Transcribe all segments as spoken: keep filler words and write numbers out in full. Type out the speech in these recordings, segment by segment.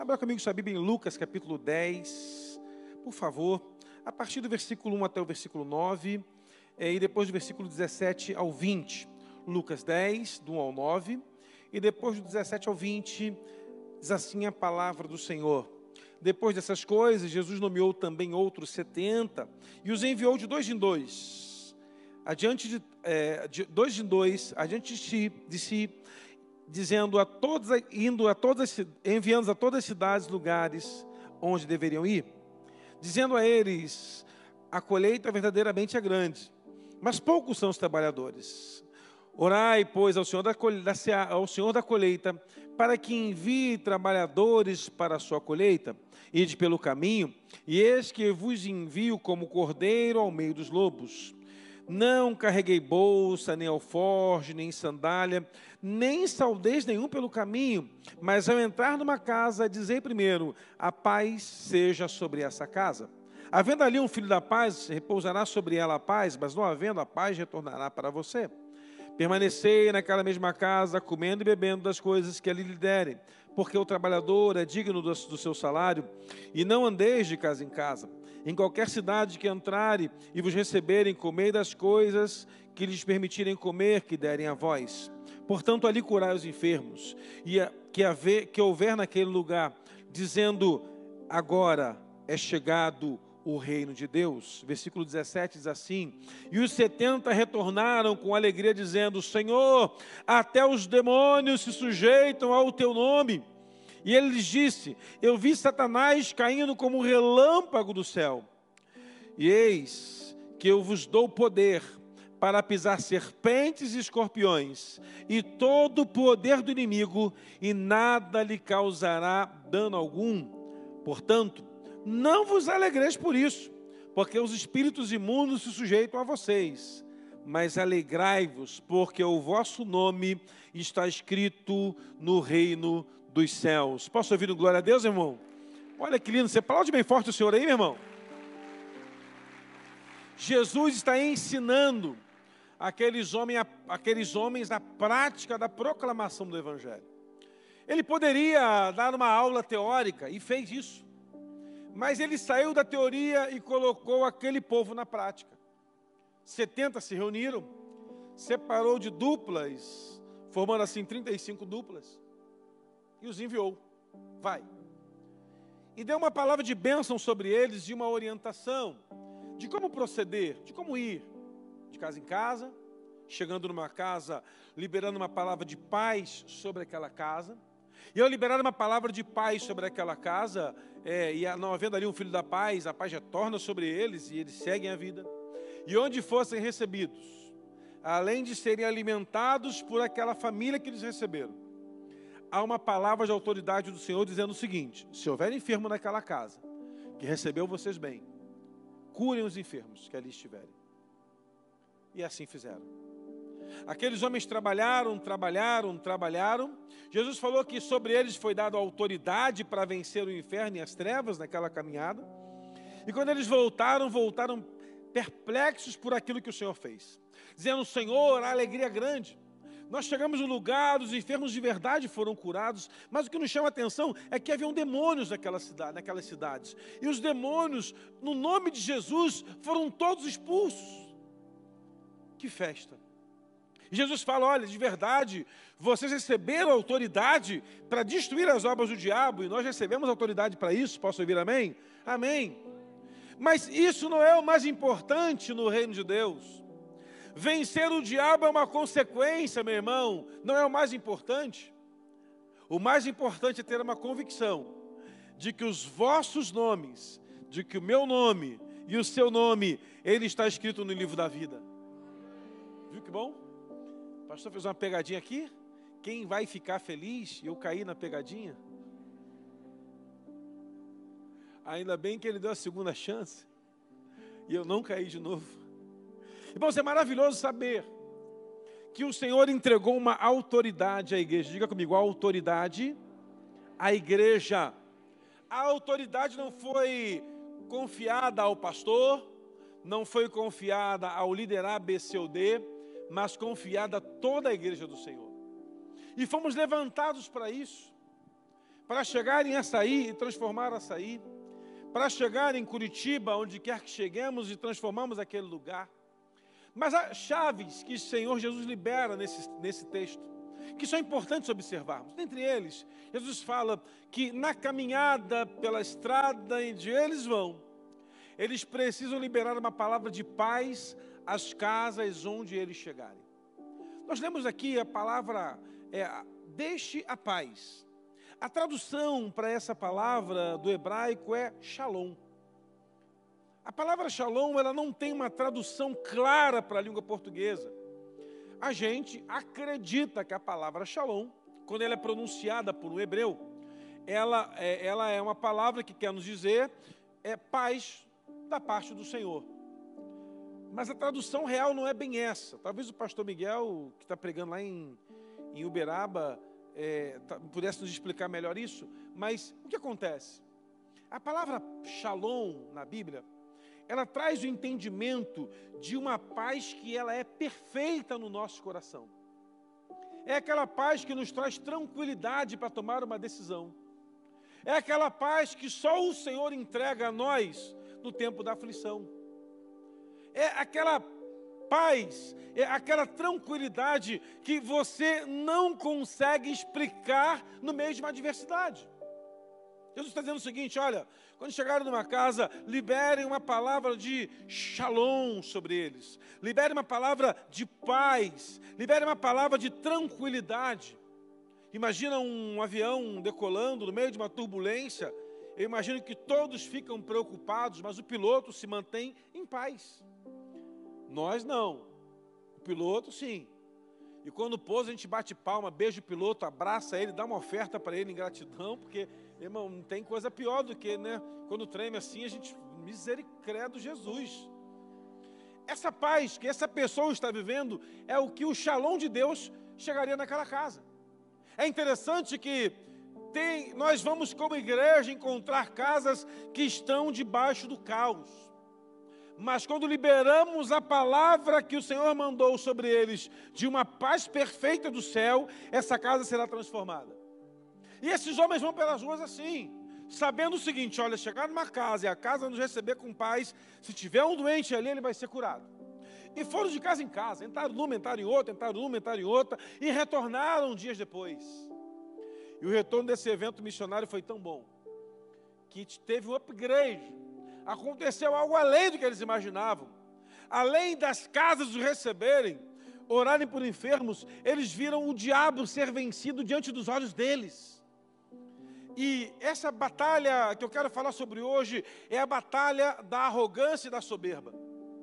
Abra comigo sua Bíblia em Lucas, capítulo dez, por favor, a partir do versículo um até o versículo nove, e depois do versículo dezessete ao vinte. Lucas dez, do um ao nove, e depois do dezessete ao vinte, diz assim a palavra do Senhor. Depois dessas coisas, Jesus nomeou também outros setenta, e os enviou de dois em dois, adiante de, é, de dois em dois, adiante de si, de si dizendo a todos, indo a todas, enviando a todas as cidades, lugares onde deveriam ir, dizendo a eles: a colheita verdadeiramente é grande, mas poucos são os trabalhadores. Orai, pois, ao Senhor da, ao Senhor da colheita, para que envie trabalhadores para a sua colheita. Ide pelo caminho, e eis que vos envio como cordeiro ao meio dos lobos. Não carreguei bolsa, nem alforje, nem sandália, nem saudez nenhum pelo caminho, mas ao entrar numa casa, dizei primeiro: a paz seja sobre essa casa. Havendo ali um filho da paz, repousará sobre ela a paz, mas não havendo a paz, retornará para você. Permanecei naquela mesma casa, comendo e bebendo das coisas que ali lhe derem, porque o trabalhador é digno do, do seu salário, e não andeis de casa em casa. Em qualquer cidade que entrarem e vos receberem, comei das coisas que lhes permitirem comer, que derem a vós. Portanto, ali curai os enfermos, e a, que, haver, que houver naquele lugar, dizendo: agora é chegado o reino de Deus. Versículo dezessete diz assim: e os setenta retornaram com alegria, dizendo: Senhor, até os demônios se sujeitam ao teu nome. E ele lhes disse: eu vi Satanás caindo como um relâmpago do céu. E eis que eu vos dou poder para pisar serpentes e escorpiões, e todo o poder do inimigo, e nada lhe causará dano algum. Portanto, não vos alegreis por isso, porque os espíritos imundos se sujeitam a vocês, mas alegrai-vos, porque o vosso nome está escrito no reino dos céus. Posso ouvir um glória a Deus, irmão? Olha que lindo, você aplaude bem forte o Senhor aí, meu irmão. Jesus está ensinando aqueles homens, aqueles homens a prática da proclamação do Evangelho. Ele poderia dar uma aula teórica, e fez isso, mas ele saiu da teoria e colocou aquele povo na prática. setenta se reuniram, separou de duplas, formando assim trinta e cinco duplas, e os enviou. Vai. E deu uma palavra de bênção sobre eles, de uma orientação, de como proceder, de como ir, de casa em casa, chegando numa casa, liberando uma palavra de paz sobre aquela casa. E ao liberar uma palavra de paz sobre aquela casa, é, e não havendo ali um filho da paz, a paz retorna sobre eles e eles seguem a vida. E onde fossem recebidos, além de serem alimentados por aquela família que eles receberam, há uma palavra de autoridade do Senhor dizendo o seguinte: se houver enfermo naquela casa, que recebeu vocês bem, curem os enfermos que ali estiverem. E assim fizeram. Aqueles homens trabalharam, trabalharam, trabalharam. Jesus falou que sobre eles foi dada autoridade para vencer o inferno e as trevas naquela caminhada. E quando eles voltaram, voltaram perplexos por aquilo que o Senhor fez, dizendo: Senhor, a alegria é grande. Nós chegamos no lugar, os enfermos de verdade foram curados, mas o que nos chama a atenção é que haviam demônios naquela cidade, naquelas cidades. E os demônios, no nome de Jesus, foram todos expulsos. Que festa! E Jesus fala: olha, de verdade, vocês receberam autoridade para destruir as obras do diabo, e nós recebemos autoridade para isso. Posso ouvir amém? Amém. Mas isso não é o mais importante no reino de Deus. Vencer o diabo é uma consequência, meu irmão, não é o mais importante. O mais importante é ter uma convicção de que os vossos nomes, de que o meu nome e o seu nome, ele está escrito no livro da vida. Viu que bom? O pastor fez uma pegadinha aqui. Quem vai ficar feliz? E eu caí na pegadinha. Ainda bem que ele deu a segunda chance e eu não caí de novo. Irmãos, é maravilhoso saber que o Senhor entregou uma autoridade à igreja. Diga comigo: a autoridade à igreja. A autoridade não foi confiada ao pastor, não foi confiada ao líder A, B, C ou D, mas confiada a toda a igreja do Senhor. E fomos levantados para isso, para chegarem a Açaí e transformar Açaí, para chegar em Curitiba, onde quer que cheguemos e transformamos aquele lugar. Mas há chaves que o Senhor Jesus libera nesse, nesse texto, que são importantes observarmos. Dentre eles, Jesus fala que na caminhada pela estrada onde eles vão, eles precisam liberar uma palavra de paz às casas onde eles chegarem. Nós lemos aqui a palavra, é, deixe a paz. A tradução para essa palavra do hebraico é shalom. A palavra shalom, ela não tem uma tradução clara para a língua portuguesa. A gente acredita que a palavra shalom, quando ela é pronunciada por um hebreu, ela é, ela é uma palavra que quer nos dizer é paz da parte do Senhor. Mas a tradução real não é bem essa. Talvez o pastor Miguel, que está pregando lá em, em Uberaba, É, pudesse nos explicar melhor isso, mas o que acontece? A palavra shalom na Bíblia, ela traz o entendimento de uma paz que ela é perfeita no nosso coração. É aquela paz que nos traz tranquilidade para tomar uma decisão. É aquela paz que só o Senhor entrega a nós no tempo da aflição. É aquela paz, é aquela tranquilidade que você não consegue explicar no meio de uma adversidade. Jesus está dizendo o seguinte, olha, quando chegarem numa casa, liberem uma palavra de shalom sobre eles, liberem uma palavra de paz, liberem uma palavra de tranquilidade. Imagina um avião decolando no meio de uma turbulência, eu imagino que todos ficam preocupados, mas o piloto se mantém em paz. Nós não, o piloto sim. E quando pousa a gente bate palma, beija o piloto, abraça ele, dá uma oferta para ele em gratidão, porque, irmão, não tem coisa pior do que, né? Quando treme assim, a gente, misericórdia Jesus. Essa paz que essa pessoa está vivendo é o que o shalom de Deus chegaria naquela casa. É interessante que tem, nós vamos como igreja encontrar casas que estão debaixo do caos. Mas quando liberamos a palavra que o Senhor mandou sobre eles, de uma paz perfeita do céu, essa casa será transformada. E esses homens vão pelas ruas assim, sabendo o seguinte, olha, chegar numa casa e a casa nos receber com paz, se tiver um doente ali, ele vai ser curado. E foram de casa em casa, entraram numa, entraram em outra, entraram numa, entraram em outra, e retornaram dias depois. E o retorno desse evento missionário foi tão bom, que teve um upgrade. Aconteceu algo além do que eles imaginavam. Além das casas os receberem, orarem por enfermos, eles viram o diabo ser vencido diante dos olhos deles. E essa batalha que eu quero falar sobre hoje é a batalha da arrogância e da soberba.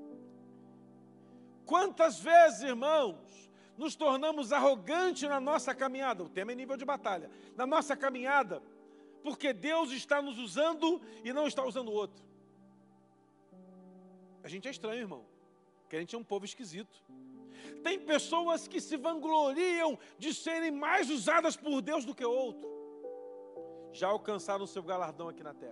Quantas vezes, irmãos, nos tornamos arrogantes na nossa caminhada? O tema é nível de batalha. Na nossa caminhada, porque Deus está nos usando e não está usando o outro. A gente é estranho, irmão, porque a gente é um povo esquisito. Tem pessoas que se vangloriam de serem mais usadas por Deus do que outro. Já alcançaram o seu galardão aqui na terra.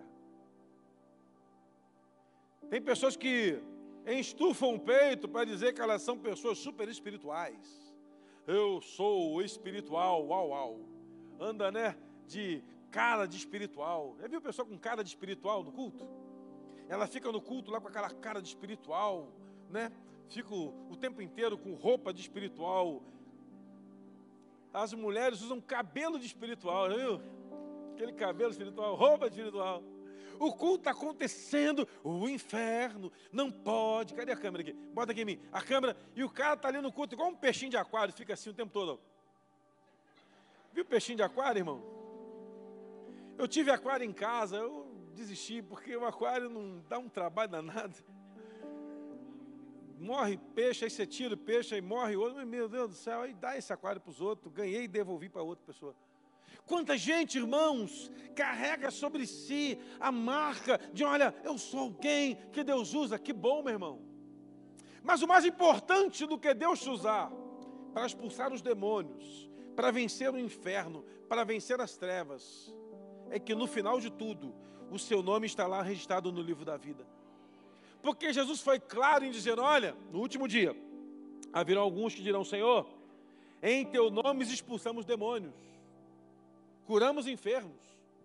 Tem pessoas que estufam o peito para dizer que elas são pessoas super espirituais. Eu sou espiritual, uau, uau. Anda, né, de cara de espiritual. Já viu pessoa com cara de espiritual no culto? Ela fica no culto lá com aquela cara de espiritual, né? Fica o, o tempo inteiro com roupa de espiritual. As mulheres usam cabelo de espiritual, viu? Aquele cabelo espiritual, roupa espiritual. O culto está acontecendo, o inferno não pode. Cadê a câmera aqui? Bota aqui em mim. A câmera, e o cara está ali no culto igual um peixinho de aquário, fica assim o tempo todo. Viu o peixinho de aquário, irmão? Eu tive aquário em casa, eu desisti, porque o aquário não dá um trabalho danado. Morre peixe, aí você tira o peixe, aí morre outro. Meu Deus do céu, aí dá esse aquário para os outros. Ganhei e devolvi para outra pessoa. Quanta gente, irmãos, carrega sobre si a marca de, olha, eu sou alguém que Deus usa. Que bom, meu irmão. Mas o mais importante do que Deus te usar para expulsar os demônios, para vencer o inferno, para vencer as trevas, é que no final de tudo, o seu nome está lá registrado no livro da vida. Porque Jesus foi claro em dizer, olha, no último dia, haverão alguns que dirão, Senhor, em teu nome expulsamos demônios, curamos enfermos,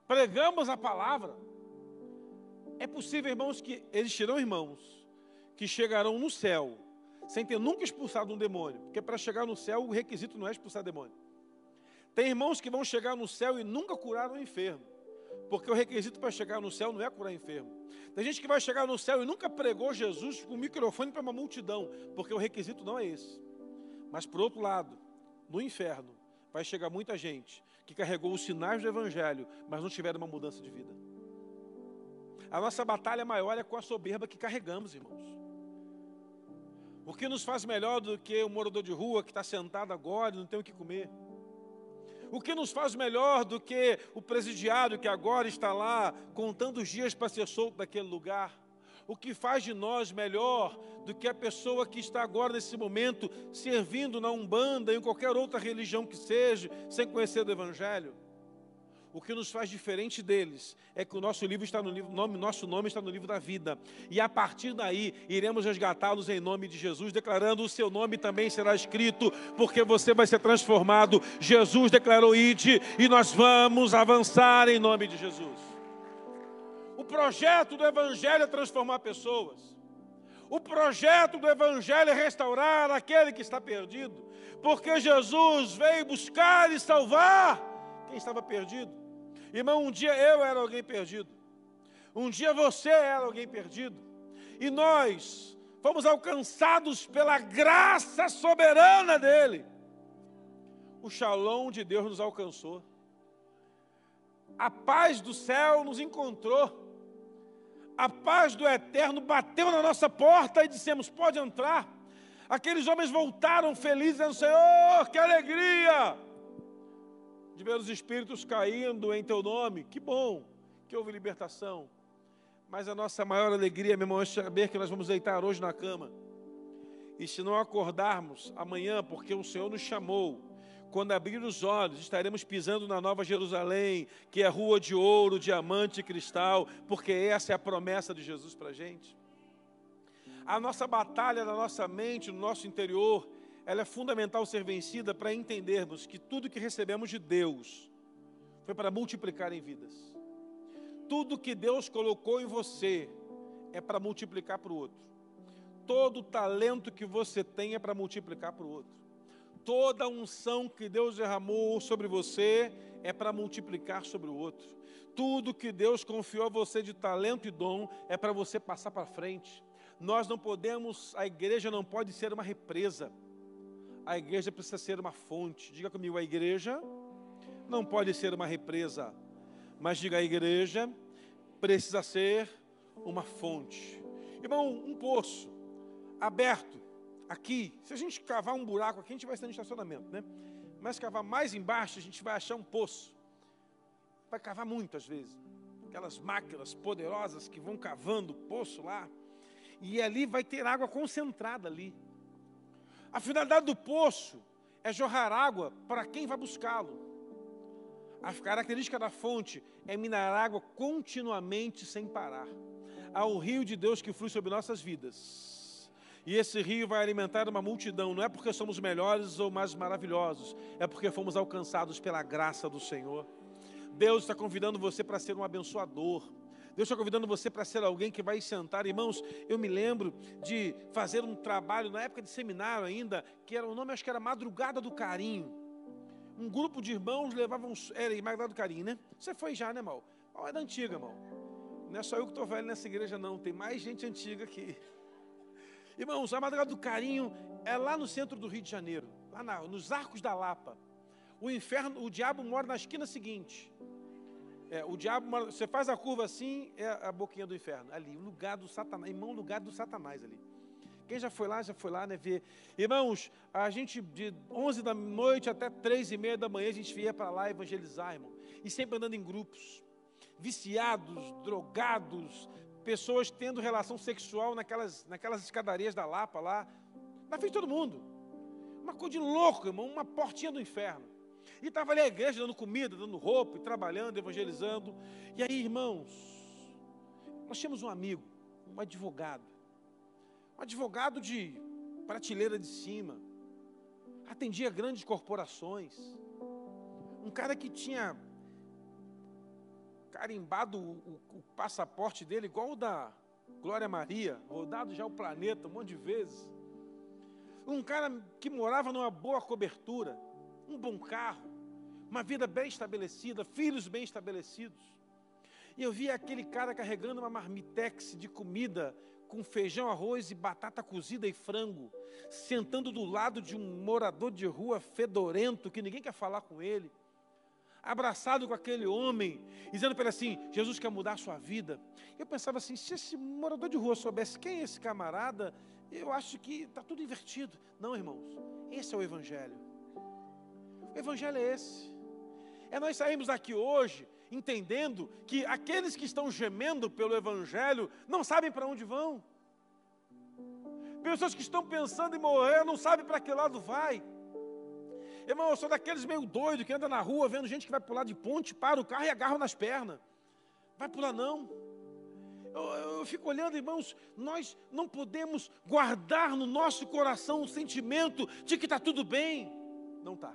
pregamos a palavra. É possível, irmãos, que existirão irmãos que chegarão no céu sem ter nunca expulsado um demônio, porque para chegar no céu o requisito não é expulsar demônio. Tem irmãos que vão chegar no céu e nunca curaram o enfermo, porque o requisito para chegar no céu não é curar enfermo. Tem gente que vai chegar no céu e nunca pregou Jesus com o microfone para uma multidão, porque o requisito não é esse. Mas por outro lado, no inferno, vai chegar muita gente que carregou os sinais do evangelho, mas não tiveram uma mudança de vida. A nossa batalha maior é com a soberba que carregamos, irmãos. O que nos faz melhor do que o morador de rua que está sentado agora e não tem o que comer? O que nos faz melhor do que o presidiário que agora está lá contando os dias para ser solto daquele lugar? O que faz de nós melhor do que a pessoa que está agora nesse momento servindo na Umbanda, em qualquer outra religião que seja, sem conhecer do Evangelho? O que nos faz diferente deles é que o nosso livro está no livro, nome, nosso nome está no livro da vida. E a partir daí, iremos resgatá-los em nome de Jesus, declarando: o seu nome também será escrito, porque você vai ser transformado. Jesus declarou: ide, e nós vamos avançar em nome de Jesus. O projeto do Evangelho é transformar pessoas. O projeto do Evangelho é restaurar aquele que está perdido. Porque Jesus veio buscar e salvar quem estava perdido. Irmão, um dia eu era alguém perdido. Um dia você era alguém perdido. E nós fomos alcançados pela graça soberana dele. O shalom de Deus nos alcançou. A paz do céu nos encontrou. A paz do eterno bateu na nossa porta e dissemos: pode entrar. Aqueles homens voltaram felizes, dizendo: Senhor, que alegria de ver os espíritos caindo em teu nome. Que bom que houve libertação. Mas a nossa maior alegria, meu irmão, é saber que nós vamos deitar hoje na cama. E se não acordarmos amanhã, porque o Senhor nos chamou, quando abrir os olhos, estaremos pisando na Nova Jerusalém, que é rua de ouro, diamante e cristal, porque essa é a promessa de Jesus para a gente. A nossa batalha na nossa mente, no nosso interior, ela é fundamental ser vencida para entendermos que tudo que recebemos de Deus foi para multiplicar em vidas. Tudo que Deus colocou em você é para multiplicar para o outro. Todo talento que você tem é para multiplicar para o outro. Toda a unção que Deus derramou sobre você é para multiplicar sobre o outro. Tudo que Deus confiou a você de talento e dom é para você passar para frente. Nós não podemos, a igreja não pode ser uma represa. A igreja precisa ser uma fonte. Diga comigo: a igreja não pode ser uma represa, mas diga: a igreja precisa ser uma fonte. Irmão, um poço aberto aqui, se a gente cavar um buraco aqui, a gente vai estar no estacionamento, né? Mas cavar mais embaixo, a gente vai achar um poço. Vai cavar muito às vezes. Aquelas máquinas poderosas que vão cavando o poço lá. E ali vai ter água concentrada ali. A finalidade do poço é jorrar água para quem vai buscá-lo. A característica da fonte é minar água continuamente sem parar. Há um rio de Deus que flui sobre nossas vidas. E esse rio vai alimentar uma multidão. Não é porque somos melhores ou mais maravilhosos. É porque fomos alcançados pela graça do Senhor. Deus está convidando você para ser um abençoador. Deus está convidando você para ser alguém que vai sentar. Irmãos, eu me lembro de fazer um trabalho, na época de seminário ainda, que era o nome, acho que era Madrugada do Carinho. Um grupo de irmãos levavam, era Madrugada do Carinho, né? Você foi já, né, Mal? Mal é da antiga, irmão. Não é só eu que estou velho nessa igreja, não. Tem mais gente antiga aqui. Irmãos, a Madrugada do Carinho é lá no centro do Rio de Janeiro, lá na, nos Arcos da Lapa. O inferno, o diabo mora na esquina seguinte. É, o diabo, você faz a curva assim, é a boquinha do inferno. Ali, o lugar do Satanás, irmão, o lugar do Satanás ali. Quem já foi lá, já foi lá, né, ver. Irmãos, a gente de onze da noite até três e meia da manhã, a gente ia para lá evangelizar, irmão. E sempre andando em grupos. Viciados, drogados, pessoas tendo relação sexual naquelas, naquelas escadarias da Lapa lá. Na frente de todo mundo. Uma coisa de louco, irmão, uma portinha do inferno. E estava ali a igreja dando comida, dando roupa, e trabalhando, evangelizando. E aí, irmãos, nós tínhamos um amigo, um advogado. Um advogado de prateleira de cima. Atendia grandes corporações. Um cara que tinha carimbado o, o, o passaporte dele, igual o da Glória Maria, rodado já o planeta um monte de vezes. Um cara que morava numa boa cobertura, um bom carro, uma vida bem estabelecida, filhos bem estabelecidos. E eu via aquele cara carregando uma marmitex de comida, com feijão, arroz e batata cozida e frango, sentando do lado de um morador de rua fedorento, que ninguém quer falar com ele, abraçado com aquele homem, dizendo para ele assim, Jesus quer mudar a sua vida. Eu pensava assim, se esse morador de rua soubesse quem é esse camarada, eu acho que está tudo invertido. Não, irmãos, esse é o Evangelho. O Evangelho é esse. É nós saímos daqui hoje entendendo que aqueles que estão gemendo pelo Evangelho não sabem para onde vão. Pessoas que estão pensando em morrer não sabem para que lado vai. Irmão, eu sou daqueles meio doidos que anda na rua vendo gente que vai pular de ponte, para o carro e agarra nas pernas. Vai pular não. Eu, eu fico olhando, irmãos, nós não podemos guardar no nosso coração o sentimento de que está tudo bem. Não está.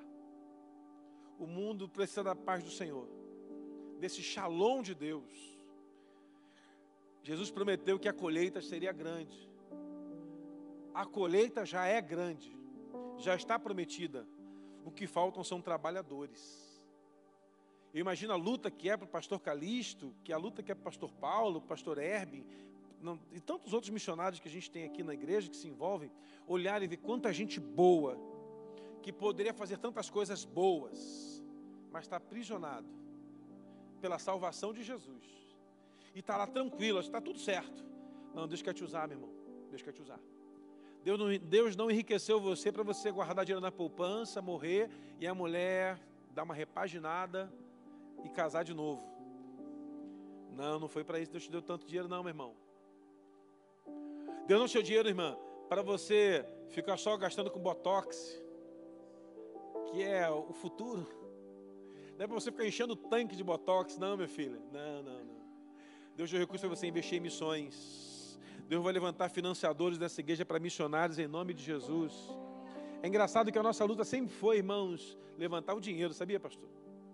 O mundo precisa da paz do Senhor, desse shalom de Deus. Jesus prometeu que a colheita seria grande. A colheita já é grande, já está prometida. O que faltam são trabalhadores. Eu imagino a luta que é para o pastor Calixto, que é a luta que é para o pastor Paulo, o pastor Herbin, não, e tantos outros missionários que a gente tem aqui na igreja que se envolvem, olhar e ver quanta gente boa, que poderia fazer tantas coisas boas, mas está aprisionado pela salvação de Jesus. E está lá tranquilo, está tudo certo. Não, Deus quer te usar, meu irmão. Deus quer te usar. Deus não, Deus não enriqueceu você para você guardar dinheiro na poupança, morrer, e a mulher dar uma repaginada e casar de novo. Não, não foi para isso. Deus te deu tanto dinheiro não, meu irmão. Deus não te deu dinheiro, irmã, para você ficar só gastando com botox, que é o futuro. Não é para você ficar enchendo o tanque de botox, não, minha filha. Não, não, não. Deus deu recurso para você investir em missões. Deus vai levantar financiadores dessa igreja para missionários em nome de Jesus. É engraçado que a nossa luta sempre foi, irmãos, levantar o dinheiro, sabia, pastor?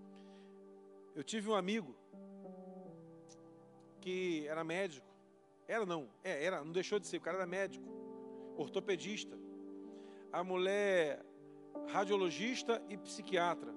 Eu tive um amigo que era médico. Era não, é, era, não deixou de ser, o cara era médico, ortopedista. A mulher, radiologista e psiquiatra.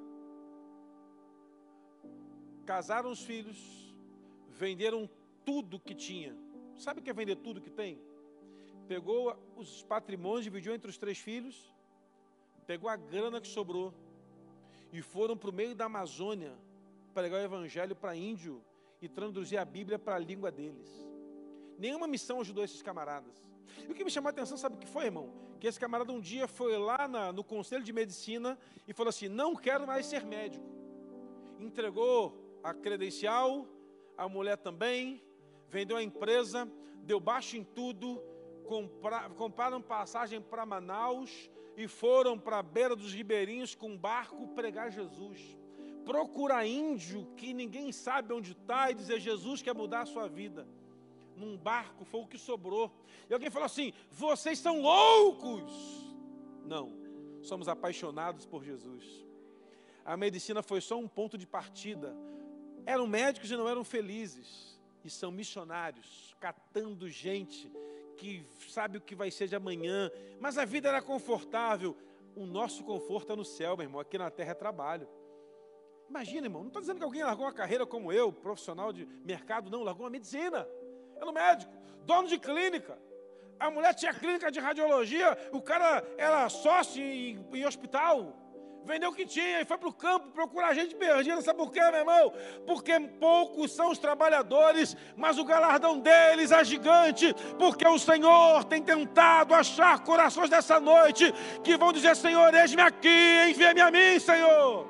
Casaram os filhos, venderam tudo que tinha. Sabe o que é vender tudo que tem? Pegou os patrimônios, dividiu entre os três filhos, pegou a grana que sobrou e foram para o meio da Amazônia pregar o evangelho para índio e traduzir a Bíblia para a língua deles. Nenhuma missão ajudou esses camaradas. E o que me chamou a atenção, sabe o que foi, irmão? Que esse camarada um dia foi lá na, no Conselho de Medicina e falou assim, não quero mais ser médico. Entregou a credencial, a mulher também, vendeu a empresa, deu baixo em tudo, compra, compraram passagem para Manaus e foram para a beira dos ribeirinhos com um barco pregar Jesus. Procurar índio que ninguém sabe onde está e dizer Jesus quer mudar a sua vida. Num barco foi o que sobrou. E alguém falou assim, vocês são loucos. Não, somos apaixonados por Jesus. A medicina foi só um ponto de partida. Eram médicos e não eram felizes. E são missionários, catando gente que sabe o que vai ser de amanhã. Mas a vida era confortável. O nosso conforto é no céu, meu irmão. Aqui na terra é trabalho. Imagina, irmão, não estou dizendo que alguém largou uma carreira como eu, profissional de mercado, não. Largou uma medicina. Era um médico, dono de clínica. A mulher tinha clínica de radiologia, o cara era sócio em, em hospital. Vendeu o que tinha e foi para o campo procurar gente perdida. Sabe por quê, meu irmão? Porque poucos são os trabalhadores, mas o galardão deles é gigante. Porque o Senhor tem tentado achar corações dessa noite que vão dizer, Senhor, eis-me aqui, envia-me a mim, Senhor.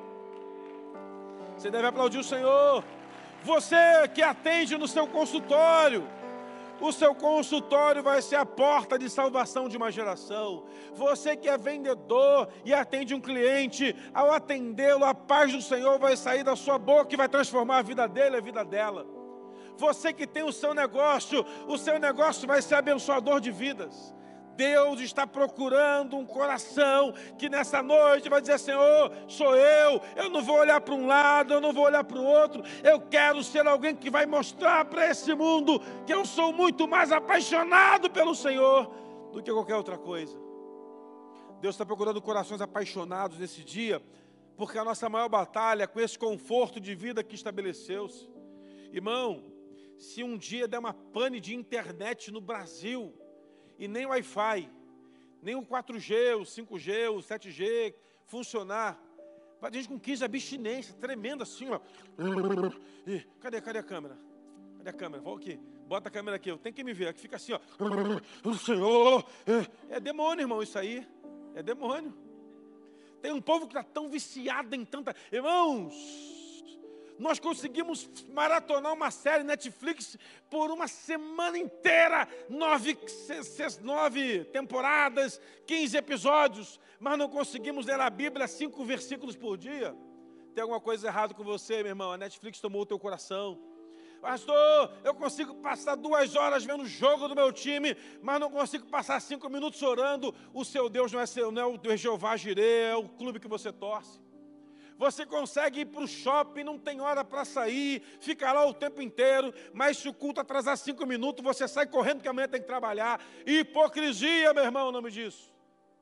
Você deve aplaudir o Senhor. Você que atende no seu consultório, o seu consultório vai ser a porta de salvação de uma geração. Você que é vendedor e atende um cliente, ao atendê-lo, a paz do Senhor vai sair da sua boca e vai transformar a vida dele e a vida dela. Você que tem o seu negócio, o seu negócio vai ser abençoador de vidas. Deus está procurando um coração que nessa noite vai dizer: Senhor, sou eu, eu não vou olhar para um lado, eu não vou olhar para o outro, eu quero ser alguém que vai mostrar para esse mundo que eu sou muito mais apaixonado pelo Senhor do que qualquer outra coisa. Deus está procurando corações apaixonados nesse dia, porque a nossa maior batalha é com esse conforto de vida que estabeleceu-se. Irmão, se um dia der uma pane de internet no Brasil, e nem o Wi-Fi, nem o quatro G, o cinco G, o sete G funcionar, vai ter gente com quinze de abstinência, tremenda assim, ó. Ih, cadê, cadê a câmera? Cadê a câmera? Volta aqui, bota a câmera aqui, eu tenho que me ver, aqui fica assim, ó. O Senhor, é demônio, irmão, isso aí, é demônio. Tem um povo que está tão viciado em tanta... Irmãos, nós conseguimos maratonar uma série Netflix por uma semana inteira, nove, nove temporadas, quinze episódios, mas não conseguimos ler a Bíblia cinco versículos por dia. Tem alguma coisa errada com você, meu irmão? A Netflix tomou o teu coração. Pastor, eu consigo passar duas horas vendo o jogo do meu time, mas não consigo passar cinco minutos orando. O seu Deus não é, seu, não é o Deus Jeová Jirê, é o clube que você torce. Você consegue ir para o shopping, não tem hora para sair, fica lá o tempo inteiro, mas se o culto atrasar cinco minutos, você sai correndo que amanhã tem que trabalhar. Hipocrisia, meu irmão, o nome disso.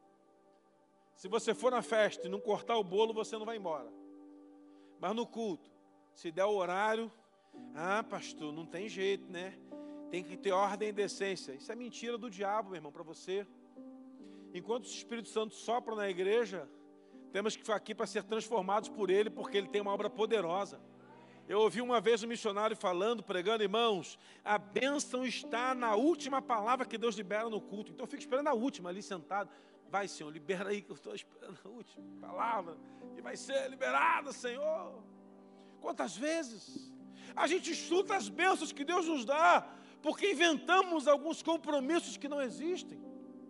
Se você for na festa e não cortar o bolo, você não vai embora. Mas no culto, se der o horário, ah, pastor, não tem jeito, né? Tem que ter ordem e decência. Isso é mentira do diabo, meu irmão, para você. Enquanto o Espírito Santo sopra na igreja, temos que ficar aqui para ser transformados por Ele, porque Ele tem uma obra poderosa. Eu ouvi uma vez um missionário falando, pregando, irmãos, a bênção está na última palavra que Deus libera no culto. Então eu fico esperando a última ali sentado. Vai, Senhor, libera aí que eu estou esperando a última palavra que vai ser liberada, Senhor. Quantas vezes a gente chuta as bênçãos que Deus nos dá, porque inventamos alguns compromissos que não existem.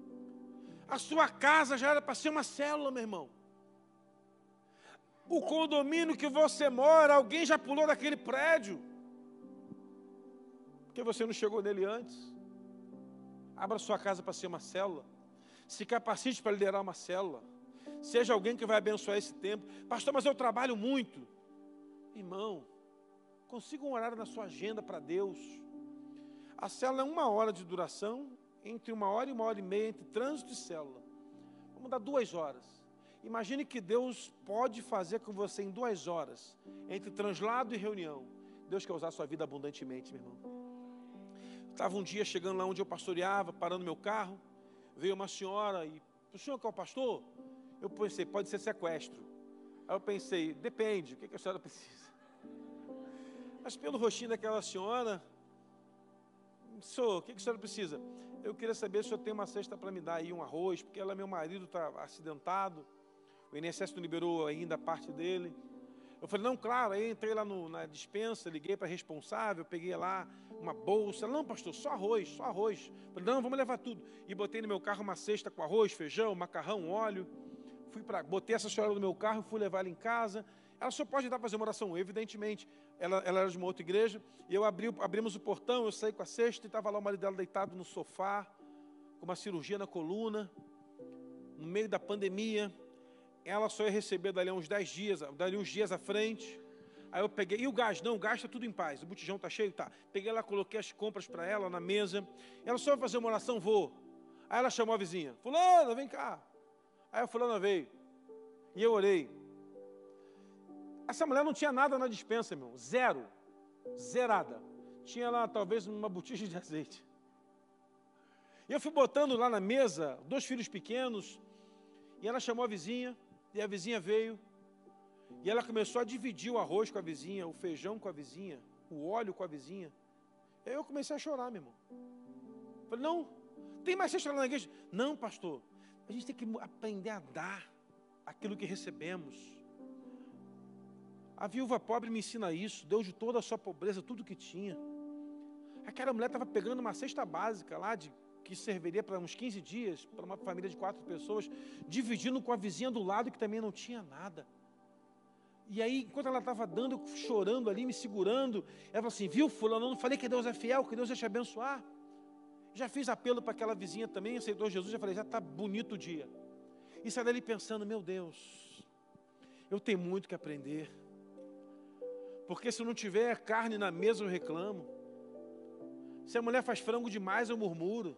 A sua casa já era para ser uma célula, meu irmão. O condomínio que você mora, alguém já pulou daquele prédio, porque você não chegou nele antes. Abra sua casa para ser uma célula. Se capacite para liderar uma célula. Seja alguém que vai abençoar esse tempo. Pastor, mas eu trabalho muito. Irmão, consiga um horário na sua agenda para Deus. A célula é uma hora de duração, entre uma hora e uma hora e meia, entre trânsito e célula. Vamos dar duas horas. Imagine que Deus pode fazer com você em duas horas, entre translado e reunião. Deus quer usar a sua vida abundantemente, meu irmão. Estava um dia chegando lá onde eu pastoreava, parando meu carro, veio uma senhora e, o senhor que é o pastor? Eu pensei, pode ser sequestro. Aí eu pensei, depende, o que a senhora precisa? Mas pelo rostinho daquela senhora, senhor, o que a senhora precisa? Eu queria saber se o senhor tem uma cesta para me dar aí, um arroz, porque ela, meu marido está acidentado, o I N S S não liberou ainda a parte dele. Eu falei, não, claro, aí entrei lá no, na dispensa, liguei para a responsável, peguei lá uma bolsa. Não, pastor, só arroz, só arroz. Eu falei, não, vamos levar tudo. E botei no meu carro uma cesta com arroz, feijão, macarrão, óleo. Fui pra, botei essa senhora no meu carro, fui levar ela em casa. Ela só pode dar para fazer uma oração, evidentemente. Ela, ela era de uma outra igreja. E eu abri, abrimos o portão, eu saí com a cesta e estava lá o marido dela deitado no sofá, com uma cirurgia na coluna, no meio da pandemia. Ela só ia receber dali uns dez dias, dali uns dias à frente. Aí eu peguei, e o gás? Não, o gás está tudo em paz, o botijão está cheio, tá. Peguei lá, coloquei as compras para ela na mesa. Ela só vai fazer uma oração, vou. Aí ela chamou a vizinha, fulana, vem cá. Aí a fulana veio, e eu orei. Essa mulher não tinha nada na dispensa, meu, zero, zerada. Tinha lá talvez uma botija de azeite. E eu fui botando lá na mesa, dois filhos pequenos, e ela chamou a vizinha, e a vizinha veio, e ela começou a dividir o arroz com a vizinha, o feijão com a vizinha, o óleo com a vizinha. Aí eu comecei a chorar, meu irmão. Falei, não, tem mais cesta lá na igreja? Não, pastor, a gente tem que aprender a dar aquilo que recebemos. A viúva pobre me ensina isso, deu de toda a sua pobreza, tudo que tinha. Aquela mulher estava pegando uma cesta básica lá, de, que serviria para uns quinze dias, para uma família de quatro pessoas, dividindo com a vizinha do lado que também não tinha nada. E aí, enquanto ela estava dando, eu chorando ali, me segurando, ela falou assim, viu, fulano, eu não falei que Deus é fiel, que Deus ia te abençoar. Já fiz apelo para aquela vizinha também, aceitou Jesus, já falei, já está bonito o dia. E saí dali pensando, meu Deus, eu tenho muito que aprender. Porque se não tiver carne na mesa, eu reclamo. Se a mulher faz frango demais, eu murmuro.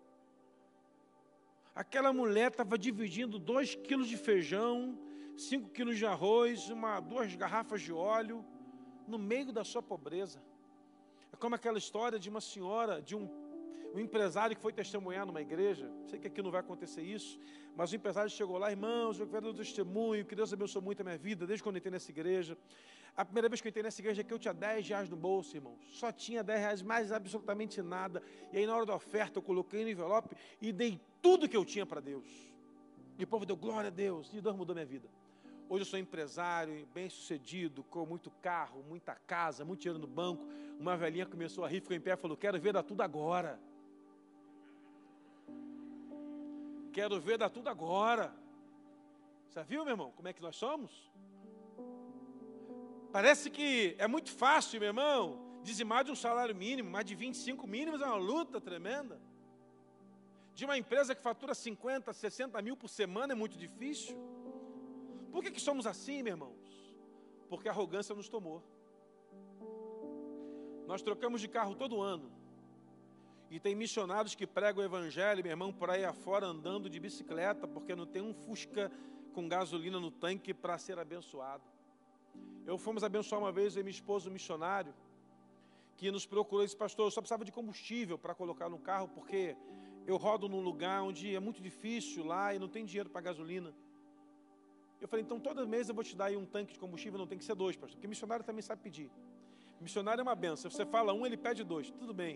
Aquela mulher estava dividindo dois quilos de feijão, cinco quilos de arroz, uma, duas garrafas de óleo, no meio da sua pobreza. É como aquela história de uma senhora, de um, um empresário que foi testemunhar numa igreja. Sei que aqui não vai acontecer isso, mas o empresário chegou lá, irmãos, eu quero dar um testemunho, que Deus abençoe muito a minha vida, desde quando eu entrei nessa igreja. A primeira vez que eu entrei nessa igreja aqui, eu tinha dez reais no bolso, irmãos. Só tinha dez reais, mais absolutamente nada. E aí, na hora da oferta, eu coloquei no envelope e dei tudo que eu tinha para Deus. E o povo deu glória a Deus. E Deus mudou minha vida. Hoje eu sou empresário, bem sucedido, com muito carro, muita casa, muito dinheiro no banco. Uma velhinha começou a rir, ficou em pé e falou, quero ver dar tudo agora. Quero ver dar tudo agora. Você viu, meu irmão, como é que nós somos? Parece que é muito fácil, meu irmão, dizimar de um salário mínimo, mas de vinte e cinco mínimos é uma luta tremenda. De uma empresa que fatura cinquenta, sessenta mil por semana é muito difícil. Por que que somos assim, meus irmãos? Porque a arrogância nos tomou. Nós trocamos de carro todo ano. E tem missionários que pregam o evangelho, meu irmão, por aí afora andando de bicicleta, porque não tem um Fusca com gasolina no tanque para ser abençoado. Eu fomos abençoar uma vez, eu e minha esposa, um missionário, que nos procurou e disse, pastor, eu só precisava de combustível para colocar no carro, porque eu rodo num lugar onde é muito difícil lá e não tem dinheiro para gasolina. Eu falei, então todo mês eu vou te dar aí um tanque de combustível, não tem que ser dois, pastor, porque missionário também sabe pedir. Missionário é uma benção, se você fala um, ele pede dois, tudo bem.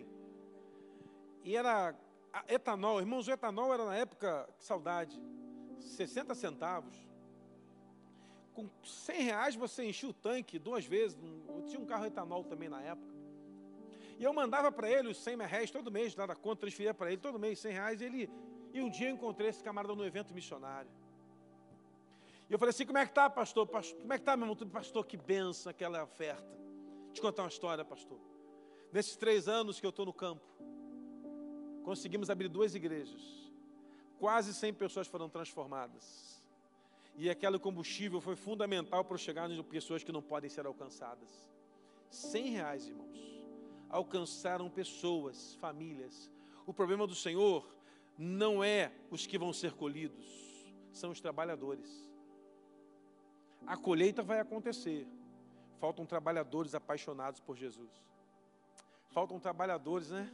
E era etanol, irmãos, o etanol era na época, que saudade, sessenta centavos. Com cem reais você enchia o tanque duas vezes. Eu tinha um carro etanol também na época. E eu mandava para ele os cem reais todo mês, lá da conta, transferia para ele todo mês cem reais. E, ele, e um dia eu encontrei esse camarada no evento missionário. E eu falei assim, como é que tá, pastor? pastor como é que tá, meu irmão? Pastor, que benção aquela oferta. Deixa eu te contar uma história, pastor. Nesses três anos que eu estou no campo, conseguimos abrir duas igrejas. Quase cem pessoas foram transformadas. E aquele combustível foi fundamental para chegar nas pessoas que não podem ser alcançadas. Cem reais, irmãos. Alcançaram pessoas, famílias. O problema do Senhor não é os que vão ser colhidos, são os trabalhadores. A colheita vai acontecer. Faltam trabalhadores apaixonados por Jesus. Faltam trabalhadores, né?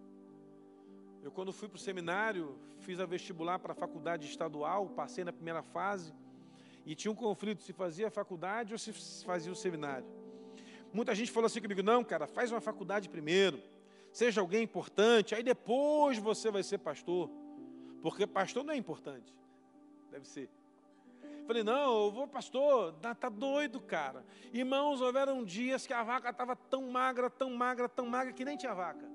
Eu, quando fui para o seminário, fiz a vestibular para a faculdade estadual, passei na primeira fase. E tinha um conflito, se fazia a faculdade ou se fazia o seminário. Muita gente falou assim comigo, não, cara, faz uma faculdade primeiro, seja alguém importante, aí depois você vai ser pastor. Porque pastor não é importante. Deve ser. Falei, não, eu vou pastor, tá doido, cara. Irmãos, houveram dias que a vaca estava tão magra, tão magra, tão magra, que nem tinha vaca.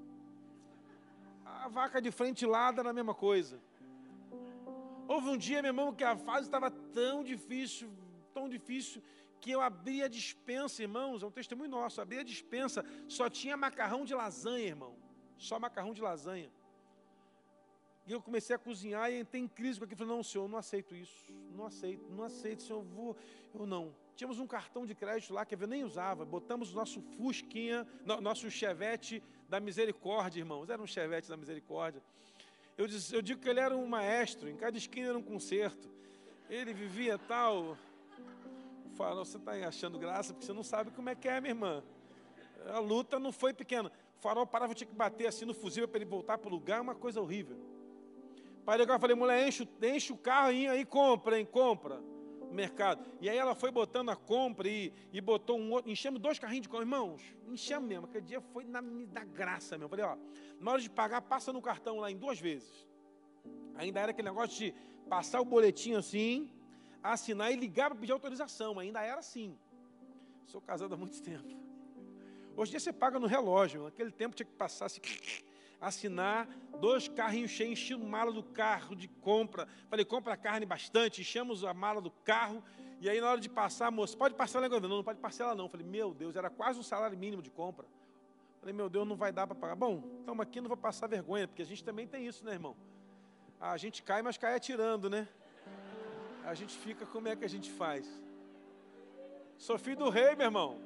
A vaca de frente e lado era a mesma coisa. Houve um dia, meu irmão, que a fase estava tão difícil, tão difícil, que eu abri a despensa, irmãos, é um testemunho nosso, abri a despensa, só tinha macarrão de lasanha, irmão, só macarrão de lasanha. E eu comecei a cozinhar e entrei em crise com aquilo, falei, não, senhor, eu não aceito isso, não aceito, não aceito, senhor, eu vou, eu não. Tínhamos um cartão de crédito lá, que eu nem usava, botamos o nosso Fusquinha, nosso Chevette da Misericórdia, irmãos, era um Chevette da Misericórdia. Eu, diz, eu digo que ele era um maestro, em cada esquina era um concerto. Ele vivia tal... O farol, você está achando graça, porque você não sabe como é que é, minha irmã. A luta não foi pequena. O farol parava, eu tinha que bater assim no fusível para ele voltar para o lugar, uma coisa horrível. Parei agora, falei, mulher, enche, enche o carro aí, aí compra, hein, compra. No mercado. E aí ela foi botando a compra e, e botou um outro, enchemos dois carrinhos de compra. Irmãos, enchemos mesmo, aquele dia foi na, na graça mesmo. Falei, ó, na hora de pagar, passa no cartão lá em duas vezes. Ainda era aquele negócio de passar o boletim assim, assinar e ligar para pedir autorização. Ainda era assim. Sou casado há muito tempo. Hoje em dia você paga no relógio. Naquele tempo tinha que passar assim, assinar, dois carrinhos cheios, enchi a mala do carro de compra. Falei, compra carne bastante, enchemos a mala do carro. E aí na hora de passar, moça, pode parcelar? Não, não pode parcelar não. Falei, meu Deus, era quase um salário mínimo de compra. Falei, meu Deus, não vai dar para pagar. Bom, estamos aqui, não vou passar vergonha, porque a gente também tem isso, né, irmão? A gente cai, mas cai atirando, né? A gente fica, como é que a gente faz? Sou filho do rei, meu irmão.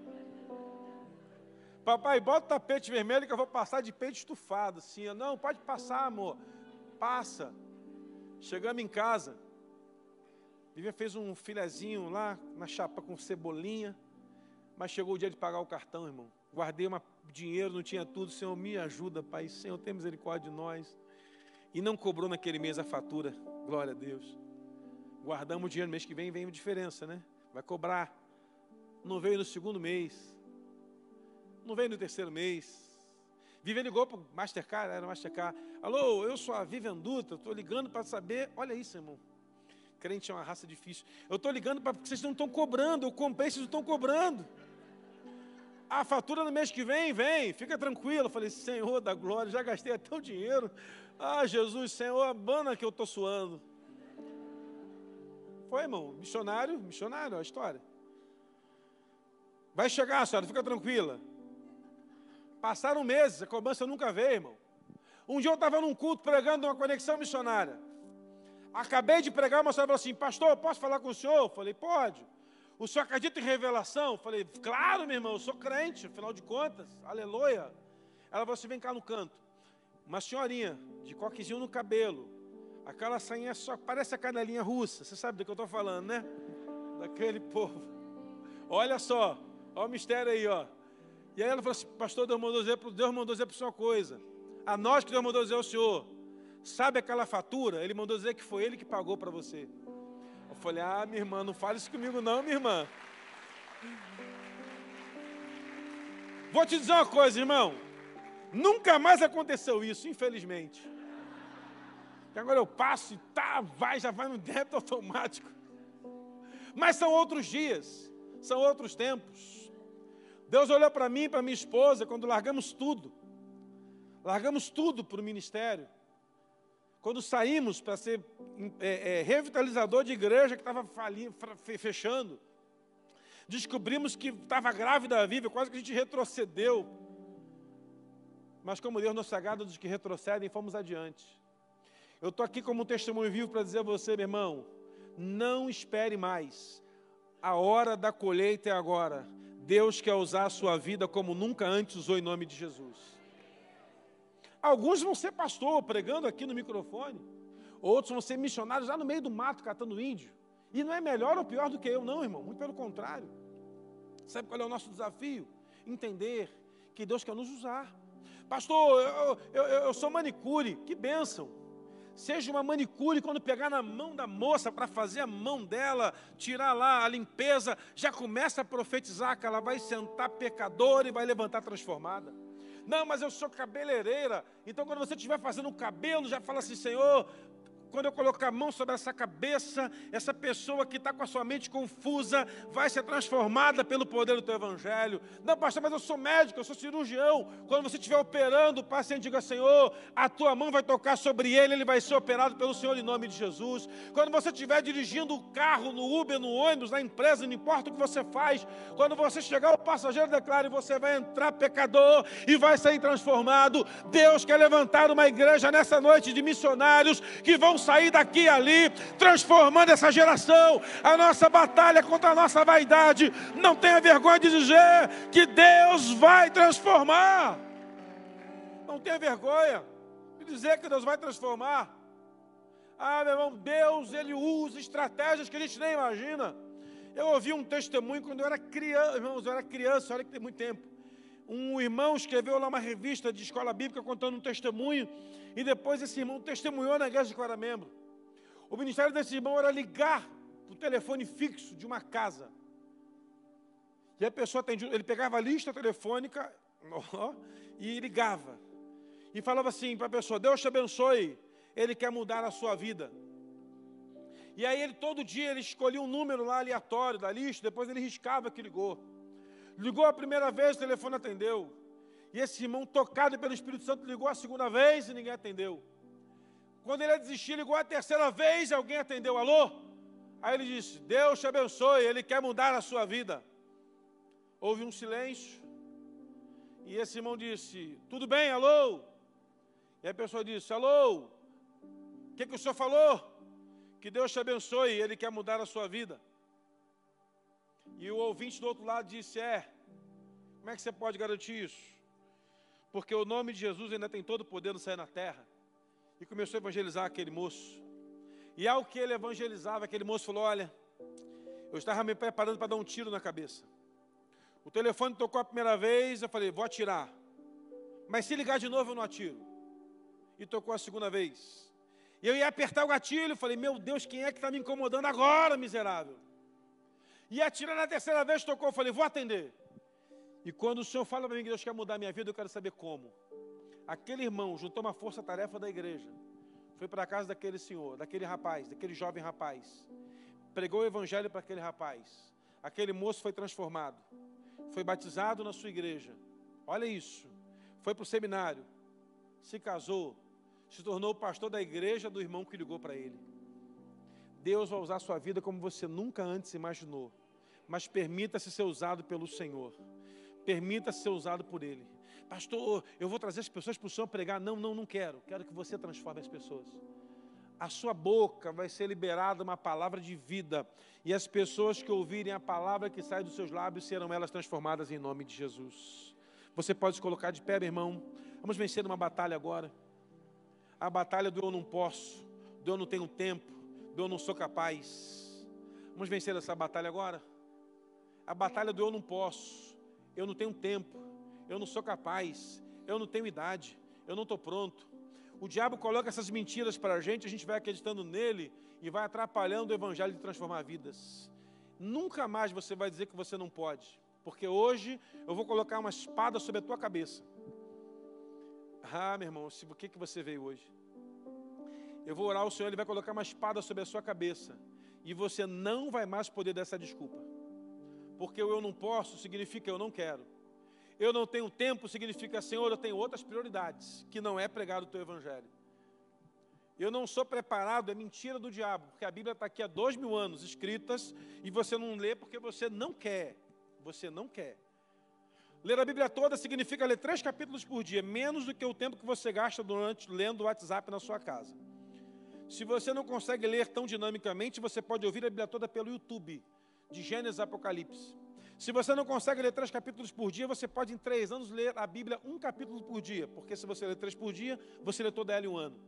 Papai, bota o tapete vermelho que eu vou passar de peito estufado, assim. Eu, não, pode passar, amor. Passa. Chegamos em casa. Vivian fez um filezinho lá na chapa com cebolinha. Mas chegou o dia de pagar o cartão, irmão. Guardei uma, dinheiro, não tinha tudo. Senhor, me ajuda, Pai. Senhor, tem misericórdia de nós. E não cobrou naquele mês a fatura. Glória a Deus. Guardamos o dinheiro no mês que vem, vem a diferença, né? Vai cobrar. Não veio no segundo mês. Não veio no terceiro mês. Vivian ligou para o Mastercard, era o Mastercard. Alô, eu sou a Vivian Dutra, estou ligando para saber. Olha isso, irmão. Crente é uma raça difícil. Eu estou ligando para porque vocês não estão cobrando. Eu comprei, vocês não estão cobrando. A fatura no mês que vem, vem. Fica tranquilo. Eu falei, Senhor da glória, já gastei até o dinheiro. Ah, Jesus, Senhor, abana que eu estou suando. Foi, irmão. Missionário, missionário, a história. Vai chegar, senhora, fica tranquila. Passaram meses, a cobrança nunca veio, irmão. Um dia eu estava num culto pregando uma conexão missionária. Acabei de pregar, uma senhora falou assim, pastor, posso falar com o senhor? Eu falei, pode. O senhor acredita em revelação? Eu falei, claro, meu irmão, eu sou crente, afinal de contas, aleluia. Ela falou assim, vem cá no canto. Uma senhorinha, de coquezinho no cabelo. Aquela sainha só parece a canelinha russa. Você sabe do que eu estou falando, né? Daquele povo. Olha só, olha o mistério aí, ó. E aí ela falou assim, pastor, Deus mandou dizer, Deus mandou dizer para o senhor uma coisa. A nós que Deus mandou dizer ao senhor, sabe aquela fatura? Ele mandou dizer que foi ele que pagou para você. Eu falei, ah, minha irmã, não fale isso comigo não, minha irmã. Vou te dizer uma coisa, irmão. Nunca mais aconteceu isso, infelizmente. E agora eu passo e tá, vai, já vai no débito automático. Mas são outros dias, são outros tempos. Deus olhou para mim e para minha esposa quando largamos tudo. Largamos tudo para o ministério. Quando saímos para ser é, é, revitalizador de igreja que estava fechando. Descobrimos que estava grávida a Vivian, quase que a gente retrocedeu. Mas como Deus nos sagrado dos que retrocedem, fomos adiante. Eu estou aqui como um testemunho vivo para dizer a você, meu irmão, não espere mais. A hora da colheita é agora. Deus quer usar a sua vida como nunca antes usou em nome de Jesus. Alguns vão ser pastor, pregando aqui no microfone. Outros vão ser missionários lá no meio do mato, catando índio. E não é melhor ou pior do que eu, não, irmão. Muito pelo contrário. Sabe qual é o nosso desafio? Entender que Deus quer nos usar. Pastor, eu, eu, eu sou manicure, que bênção. Seja uma manicure, quando pegar na mão da moça para fazer a mão dela, tirar lá a limpeza, já começa a profetizar que ela vai sentar pecadora e vai levantar transformada. Não, mas eu sou cabeleireira, então quando você estiver fazendo o cabelo, já fala assim, Senhor, quando eu colocar a mão sobre essa cabeça, essa pessoa que está com a sua mente confusa, vai ser transformada pelo poder do teu evangelho. Não, pastor, mas eu sou médico, eu sou cirurgião. Quando você estiver operando, o paciente diga, Senhor, a tua mão vai tocar sobre ele, ele vai ser operado pelo Senhor em nome de Jesus. Quando você estiver dirigindo o carro, no Uber, no ônibus, na empresa, não importa o que você faz, quando você chegar, o passageiro declara e você vai entrar pecador e vai sair transformado. Deus quer levantar uma igreja nessa noite de missionários que vão sair daqui e ali, transformando essa geração. A nossa batalha contra a nossa vaidade. Não tenha vergonha de dizer que Deus vai transformar. Não tenha vergonha de dizer que Deus vai transformar. Ah, meu irmão, Deus, Ele usa estratégias que a gente nem imagina. Eu ouvi um testemunho quando eu era criança, irmãos, eu era criança, olha que tem muito tempo. Um irmão escreveu lá uma revista de escola bíblica contando um testemunho, e depois esse irmão testemunhou na igreja de que eu era membro. O ministério desse irmão era ligar para o telefone fixo de uma casa. E a pessoa atendia, ele pegava a lista telefônica ó, e ligava. E falava assim para a pessoa, Deus te abençoe, Ele quer mudar a sua vida. E aí ele todo dia ele escolhia um número lá aleatório da lista, depois ele riscava que ligou. Ligou a primeira vez, o telefone atendeu. E esse irmão, tocado pelo Espírito Santo, ligou a segunda vez e ninguém atendeu. Quando ele ia desistir, ligou a terceira vez e alguém atendeu. Alô? Aí ele disse, Deus te abençoe, Ele quer mudar a sua vida. Houve um silêncio. E esse irmão disse, tudo bem, alô? E a pessoa disse, alô, o que, que o senhor falou? Que Deus te abençoe, Ele quer mudar a sua vida. E o ouvinte do outro lado disse, é, como é que você pode garantir isso? Porque o nome de Jesus ainda tem todo o poder de sair na terra. E começou a evangelizar aquele moço. E ao que ele evangelizava, aquele moço falou, olha, eu estava me preparando para dar um tiro na cabeça. O telefone tocou a primeira vez, eu falei, vou atirar. Mas se ligar de novo, eu não atiro. E tocou a segunda vez. E eu ia apertar o gatilho, falei, meu Deus, quem é que está me incomodando agora, miserável? E atirar na terceira vez, tocou, eu falei, vou atender. E quando o Senhor fala para mim que Deus quer mudar a minha vida, eu quero saber como. Aquele irmão juntou uma força-tarefa da igreja, foi para a casa daquele senhor, daquele rapaz, daquele jovem rapaz, pregou o evangelho para aquele rapaz. Aquele moço foi transformado, foi batizado na sua igreja. Olha isso, foi para o seminário, se casou, se tornou pastor da igreja do irmão que ligou para ele. Deus vai usar a sua vida como você nunca antes imaginou. Mas permita-se ser usado pelo Senhor. Permita-se ser usado por Ele. Pastor, eu vou trazer as pessoas para o Senhor pregar. Não, não, não quero. Quero que você transforme as pessoas. A sua boca vai ser liberada uma palavra de vida. E as pessoas que ouvirem a palavra que sai dos seus lábios, serão elas transformadas em nome de Jesus. Você pode se colocar de pé, meu irmão. Vamos vencer uma batalha agora. A batalha do eu não posso, do eu não tenho tempo, do eu não sou capaz. Vamos vencer essa batalha agora? A batalha do eu não posso, eu não tenho tempo, eu não sou capaz, eu não tenho idade, eu não estou pronto. O diabo coloca essas mentiras para a gente, a gente vai acreditando nele e vai atrapalhando o evangelho de transformar vidas. Nunca mais você vai dizer que você não pode, porque hoje eu vou colocar uma espada sobre a tua cabeça. Ah, meu irmão, o que, que você veio hoje? Eu vou orar ao Senhor, Ele vai colocar uma espada sobre a sua cabeça. E você não vai mais poder dar essa desculpa. Porque o eu não posso significa eu não quero. Eu não tenho tempo significa, Senhor, eu tenho outras prioridades, que não é pregar o teu evangelho. Eu não sou preparado, é mentira do diabo, porque a Bíblia está aqui há dois mil anos escritas, e você não lê porque você não quer. Você não quer. Ler a Bíblia toda significa ler três capítulos por dia, menos do que o tempo que você gasta durante lendo o WhatsApp na sua casa. Se você não consegue ler tão dinamicamente, você pode ouvir a Bíblia toda pelo YouTube, de Gênesis a Apocalipse. Se você não consegue ler três capítulos por dia, você pode em três anos ler a Bíblia um capítulo por dia, porque se você ler três por dia, você lê toda ela em um ano.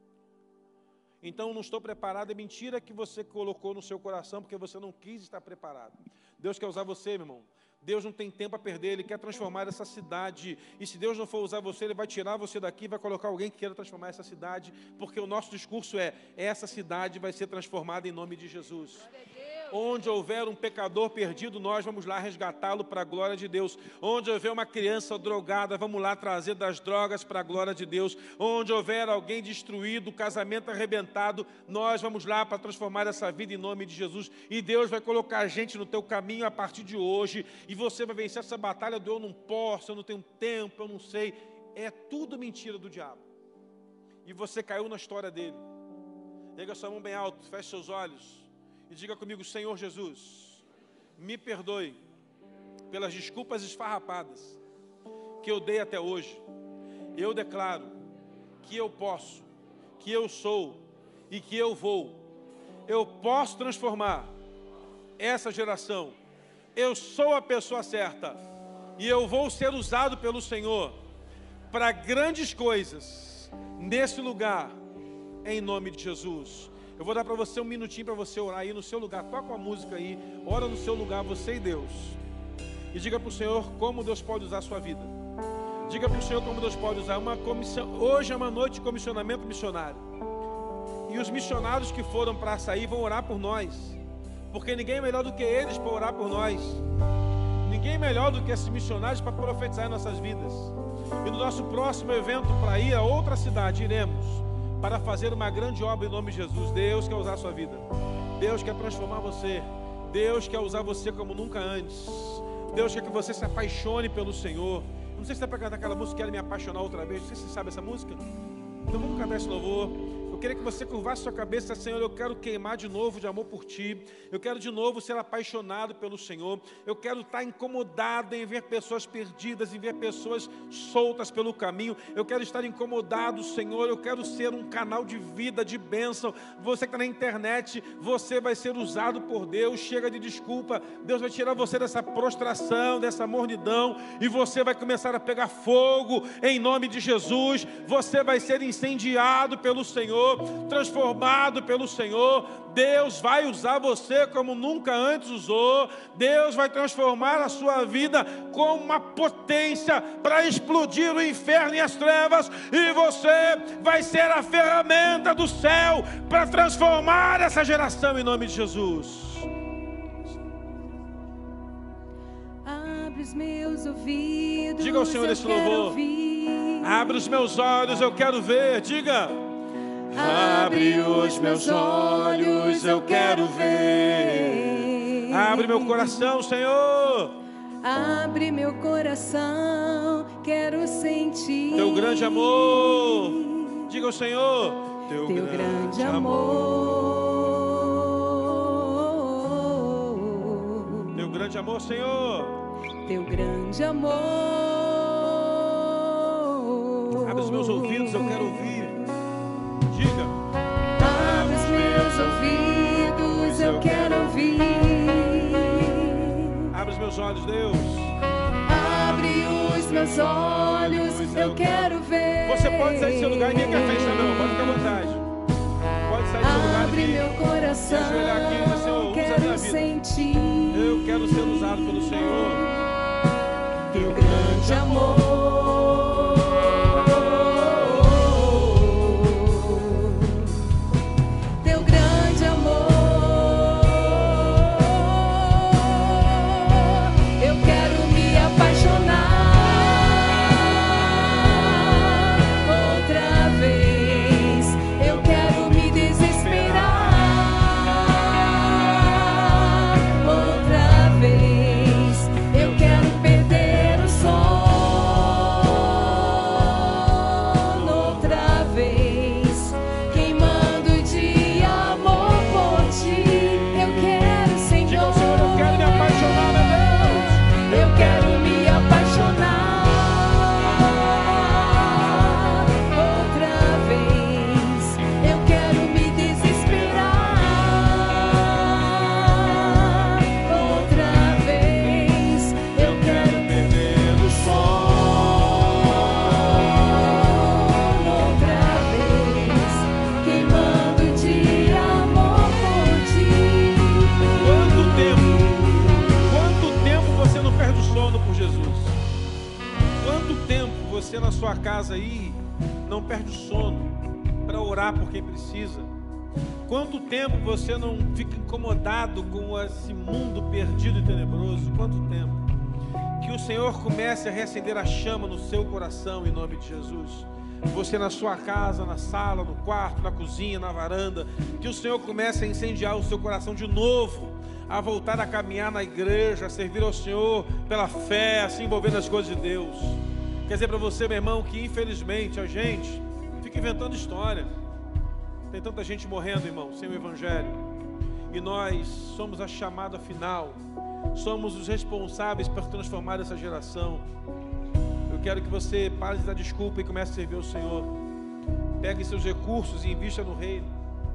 Então, não estou preparado, é mentira que você colocou no seu coração, porque você não quis estar preparado. Deus quer usar você, meu irmão. Deus não tem tempo a perder, Ele quer transformar essa cidade. E se Deus não for usar você, Ele vai tirar você daqui e vai colocar alguém que queira transformar essa cidade, porque o nosso discurso é, essa cidade vai ser transformada em nome de Jesus. Onde houver um pecador perdido, nós vamos lá resgatá-lo para a glória de Deus. Onde houver uma criança drogada, vamos lá trazer das drogas para a glória de Deus. Onde houver alguém destruído, casamento arrebentado, nós vamos lá para transformar essa vida em nome de Jesus. E Deus vai colocar a gente no teu caminho a partir de hoje. E você vai vencer essa batalha do eu não posso, eu não tenho tempo, eu não sei. É tudo mentira do diabo. E você caiu na história dele. Pega sua mão bem alto, feche seus olhos. E diga comigo, Senhor Jesus, me perdoe pelas desculpas esfarrapadas que eu dei até hoje. Eu declaro que eu posso, que eu sou e que eu vou. Eu posso transformar essa geração. Eu sou a pessoa certa e eu vou ser usado pelo Senhor para grandes coisas nesse lugar, em nome de Jesus. Eu vou dar para você um minutinho para você orar aí no seu lugar. Toca uma música aí, ora no seu lugar, você e Deus. E diga para o Senhor como Deus pode usar a sua vida. Diga para o Senhor como Deus pode usar uma comissão. Hoje é uma noite de comissionamento missionário. E os missionários que foram para sair vão orar por nós. Porque ninguém é melhor do que eles para orar por nós. Ninguém é melhor do que esses missionários para profetizar em nossas vidas. E no nosso próximo evento para ir a outra cidade, iremos para fazer uma grande obra em nome de Jesus. Deus quer usar a sua vida. Deus quer transformar você. Deus quer usar você como nunca antes. Deus quer que você se apaixone pelo Senhor. Não sei se você vai cantar aquela música, Quero Me Apaixonar Outra Vez. Não sei se você sabe essa música. Então vamos cantar esse louvor. Eu queria que você curvasse sua cabeça, Senhor, eu quero queimar de novo de amor por Ti. Eu quero de novo ser apaixonado pelo Senhor. Eu quero estar incomodado em ver pessoas perdidas, em ver pessoas soltas pelo caminho. Eu quero estar incomodado, Senhor. Eu quero ser um canal de vida, de bênção. Você que está na internet, você vai ser usado por Deus. Chega de desculpa. Deus vai tirar você dessa prostração, dessa mornidão, e você vai começar a pegar fogo em nome de Jesus. Você vai ser incendiado pelo Senhor, transformado pelo Senhor. Deus vai usar você como nunca antes usou. Deus vai transformar a sua vida com uma potência para explodir o inferno e as trevas, e você vai ser a ferramenta do céu para transformar essa geração em nome de Jesus. Abre os meus ouvidos, diga ao Senhor esse louvor. Ouvir. Abre os meus olhos, eu quero ver. Diga. Abre os meus olhos, eu quero ver. Abre meu coração, Senhor. Abre meu coração, quero sentir Teu grande amor. Diga ao Senhor. Teu, Teu grande, grande amor. Teu grande amor, Senhor. Teu grande amor. Abre os meus ouvidos, eu quero ouvir. Diga. Abre os meus ouvidos, eu quero ouvir. Abre os meus olhos, Deus. Abre os meus olhos, eu quero ver. Você pode sair do seu lugar e ninguém quer fechar, não. Pode ficar à vontade. Pode sair do seu lugar. Abre meu coração, ajoelhar aqui e dizer, Senhor, usa a minha quero vida. sentir. Eu quero ser usado pelo Senhor. Teu grande amor. Você na sua casa aí não perde o sono para orar por quem precisa? Quanto tempo você não fica incomodado com esse mundo perdido e tenebroso? Quanto tempo? Que o Senhor comece a reacender a chama no seu coração em nome de Jesus. Você na sua casa, na sala, no quarto, na cozinha, na varanda, que o Senhor comece a incendiar o seu coração de novo, a voltar a caminhar na igreja, a servir ao Senhor pela fé, a se envolver nas coisas de Deus. Quer dizer para você, meu irmão, que infelizmente a gente fica inventando história. Tem tanta gente morrendo, irmão, sem o Evangelho. E nós somos a chamada final. Somos os responsáveis por transformar essa geração. Eu quero que você pare de dar desculpa e comece a servir ao Senhor. Pegue seus recursos e invista no reino.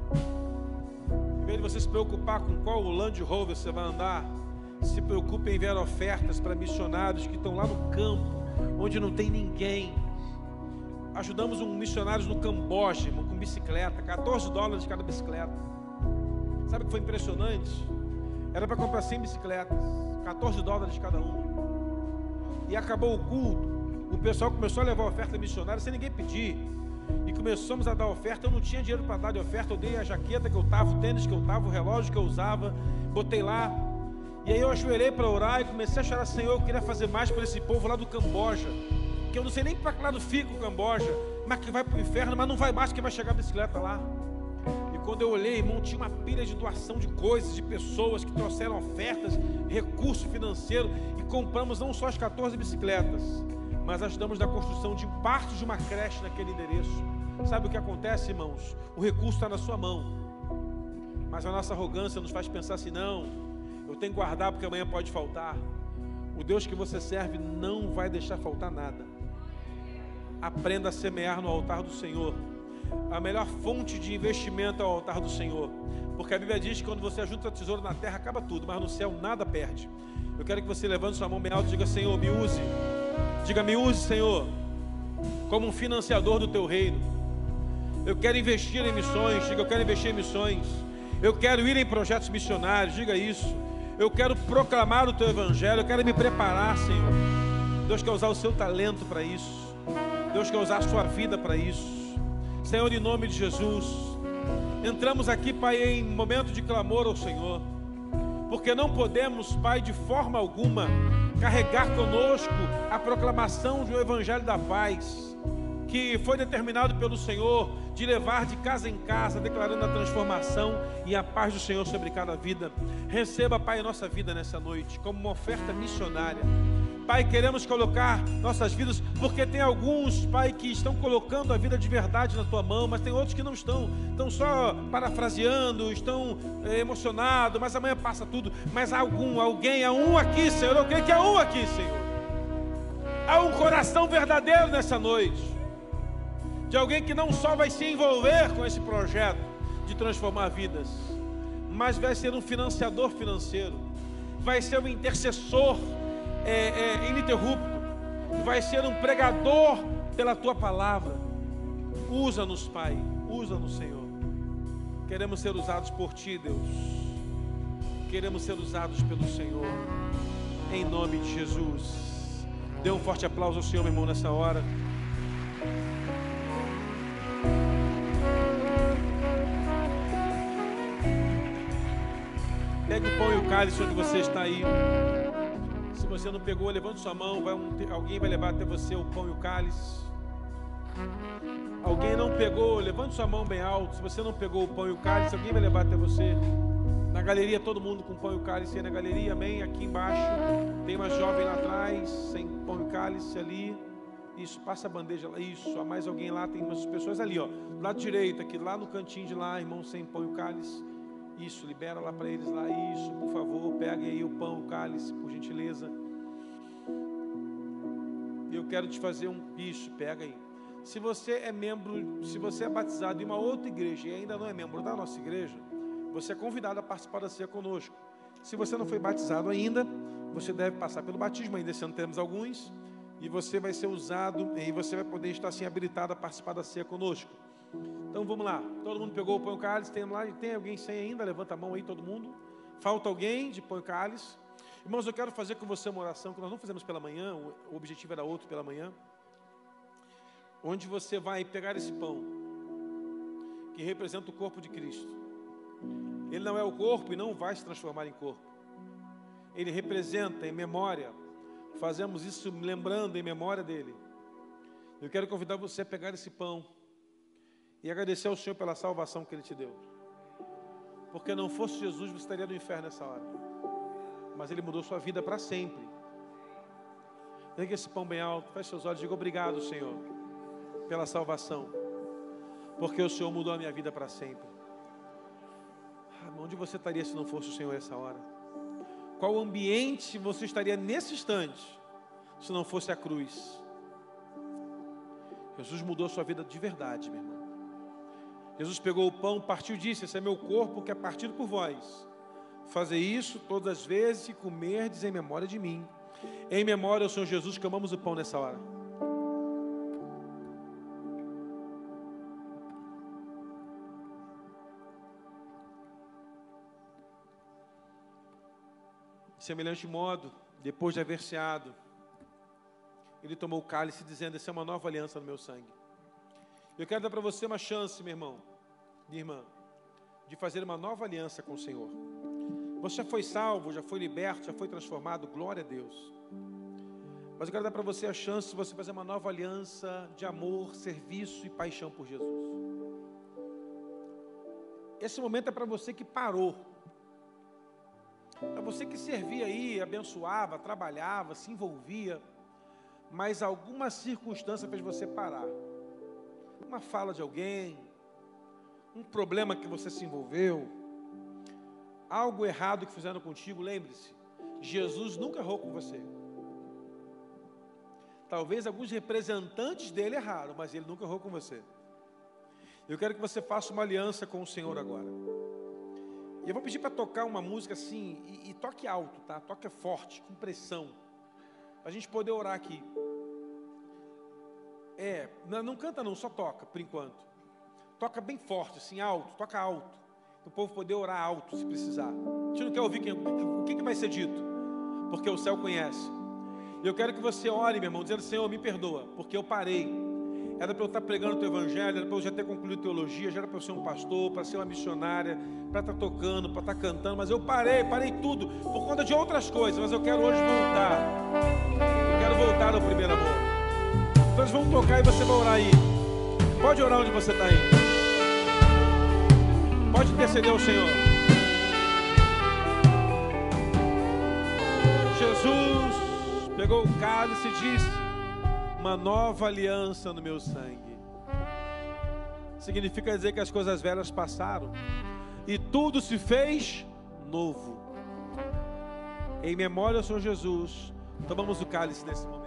Em vez de você se preocupar com qual Land Rover você vai andar, se preocupe em enviar ofertas para missionários que estão lá no campo, onde não tem ninguém. Ajudamos um missionários no Camboja, irmão, com bicicleta, quatorze dólares cada bicicleta. Sabe o que foi impressionante? Era para comprar cem bicicletas, quatorze dólares cada uma. E acabou o culto, o pessoal começou a levar oferta missionária sem ninguém pedir. E começamos a dar oferta. Eu não tinha dinheiro para dar de oferta. Eu dei a jaqueta que eu tava, o tênis que eu tava, o relógio que eu usava, botei lá. E aí eu ajoelhei para orar e comecei a chorar: Senhor, eu queria fazer mais para esse povo lá do Camboja, que eu não sei nem para que lado fica o Camboja, mas que vai para o inferno, mas não vai mais, que vai chegar a bicicleta lá. E quando eu olhei, irmão, tinha uma pilha de doação de coisas, de pessoas que trouxeram ofertas, recurso financeiro, e compramos não só as quatorze bicicletas, mas ajudamos na construção de parte de uma creche naquele endereço. Sabe o que acontece, irmãos? O recurso está na sua mão, mas a nossa arrogância nos faz pensar assim: não, eu tenho que guardar porque amanhã pode faltar. O Deus que você serve não vai deixar faltar nada. Aprenda a semear no altar do Senhor. A melhor fonte de investimento é o altar do Senhor, porque a Bíblia diz que quando você ajunta tesouro na terra, acaba tudo, mas no céu nada perde. Eu quero que você levante sua mão bem alta e diga: Senhor, me use. Diga: me use, Senhor, como um financiador do teu reino. Eu quero investir em missões. Diga: eu quero investir em missões. Eu quero ir em projetos missionários. Diga isso. Eu quero proclamar o teu evangelho. Eu quero me preparar, Senhor. Deus quer usar o seu talento para isso. Deus quer usar a sua vida para isso. Senhor, em nome de Jesus, entramos aqui, Pai, em momento de clamor ao Senhor, porque não podemos, Pai, de forma alguma carregar conosco a proclamação de um evangelho da paz, que foi determinado pelo Senhor de levar de casa em casa, declarando a transformação e a paz do Senhor sobre cada vida. Receba, Pai, a nossa vida nessa noite como uma oferta missionária. Pai, queremos colocar nossas vidas, porque tem alguns, Pai, que estão colocando a vida de verdade na Tua mão, mas tem outros que não estão, estão só parafraseando, estão é, emocionados, mas amanhã passa tudo. Mas há algum, alguém, há um aqui, Senhor, eu creio que há um aqui, Senhor. Há um coração verdadeiro nessa noite, de alguém que não só vai se envolver com esse projeto de transformar vidas, mas vai ser um financiador financeiro, vai ser um intercessor É, é, ininterrupto, vai ser um pregador pela Tua palavra. Usa-nos, Pai, usa-nos, Senhor. Queremos ser usados por Ti, Deus. Queremos ser usados pelo Senhor, em nome de Jesus. Dê um forte aplauso ao Senhor, meu irmão, nessa hora. Pegue o pão e o cálice onde você está aí. Se você não pegou, levante sua mão, vai um, alguém vai levar até você o pão e o cálice. Alguém não pegou, levante sua mão bem alto. Se você não pegou o pão e o cálice, alguém vai levar até você. Na galeria, todo mundo com pão e o cálice aí na galeria, amém? Aqui embaixo, tem uma jovem lá atrás, sem pão e cálice ali. Isso, passa a bandeja lá, isso, há mais alguém lá, tem umas pessoas ali, ó, do lado direito, aqui, lá no cantinho de lá, irmão, sem pão e o cálice. Isso, libera lá para eles lá, isso, por favor, pegue aí o pão, o cálice, por gentileza. Eu quero te fazer um, isso, pega aí. Se você é membro, se você é batizado em uma outra igreja e ainda não é membro da nossa igreja, você é convidado a participar da ceia conosco. Se você não foi batizado ainda, você deve passar pelo batismo, ainda esse ano temos alguns, e você vai ser usado, e você vai poder estar assim habilitado a participar da ceia conosco. Então vamos lá, todo mundo pegou o pão e o cálice, tem, lá, tem alguém sem ainda? Levanta a mão aí todo mundo. Falta alguém de pão e cálice? Irmãos, eu quero fazer com você uma oração que nós não fizemos pela manhã, o objetivo era outro pela manhã, onde você vai pegar esse pão, que representa o corpo de Cristo. Ele não é o corpo e não vai se transformar em corpo. Ele representa em memória, fazemos isso lembrando em memória dele. Eu quero convidar você a pegar esse pão e agradecer ao Senhor pela salvação que Ele te deu. Porque não fosse Jesus, você estaria no inferno nessa hora. Mas Ele mudou sua vida para sempre. Pegue esse pão bem alto, feche seus olhos e diga: obrigado, Senhor, pela salvação. Porque o Senhor mudou a minha vida para sempre. Ah, onde você estaria se não fosse o Senhor essa hora? Qual ambiente você estaria nesse instante se não fosse a cruz? Jesus mudou sua vida de verdade, meu irmão. Jesus pegou o pão, partiu e disse: esse é meu corpo que é partido por vós. Fazer isso todas as vezes que comerdes em memória de mim. Em memória ao Senhor Jesus, que amamos o pão nessa hora. De semelhante modo, depois de haver ceado, Ele tomou o cálice dizendo: essa é uma nova aliança no meu sangue. Eu quero dar para você uma chance, meu irmão, minha irmã, de fazer uma nova aliança com o Senhor. Você já foi salvo, já foi liberto, já foi transformado, glória a Deus. Mas eu quero dar para você a chance de você fazer uma nova aliança de amor, serviço e paixão por Jesus. Esse momento é para você que parou. É você que servia aí, abençoava, trabalhava, se envolvia, mas alguma circunstância fez você parar. uma fala de alguém, um problema que você se envolveu, algo errado que fizeram contigo, lembre-se, Jesus nunca errou com você. Talvez alguns representantes dele erraram, mas ele nunca errou com você. Eu quero que você faça uma aliança com o Senhor agora. E eu vou pedir para tocar uma música assim, e, e toque alto, tá? Toque forte, com pressão, para a gente poder orar aqui. É, não, não canta não, só toca, por enquanto. Toca bem forte, assim, alto, toca alto. Para o povo poder orar alto, se precisar. A gente não quer ouvir quem, o que, que vai ser dito, porque o céu conhece. E eu quero que você ore, meu irmão, dizendo: Senhor, me perdoa, porque eu parei. Era para eu estar pregando o teu evangelho, era para eu já ter concluído teologia, já era para eu ser um pastor, para ser uma missionária, para estar tocando, para estar cantando, mas eu parei, parei tudo, por conta de outras coisas, mas eu quero hoje voltar. Eu quero voltar ao primeiro amor. Então nós vamos tocar e você vai orar aí. Pode orar onde você está aí. Pode interceder ao Senhor. Jesus pegou o cálice e disse: uma nova aliança no meu sangue. Significa dizer que as coisas velhas passaram e tudo se fez novo. Em memória ao Senhor Jesus, tomamos o cálice nesse momento.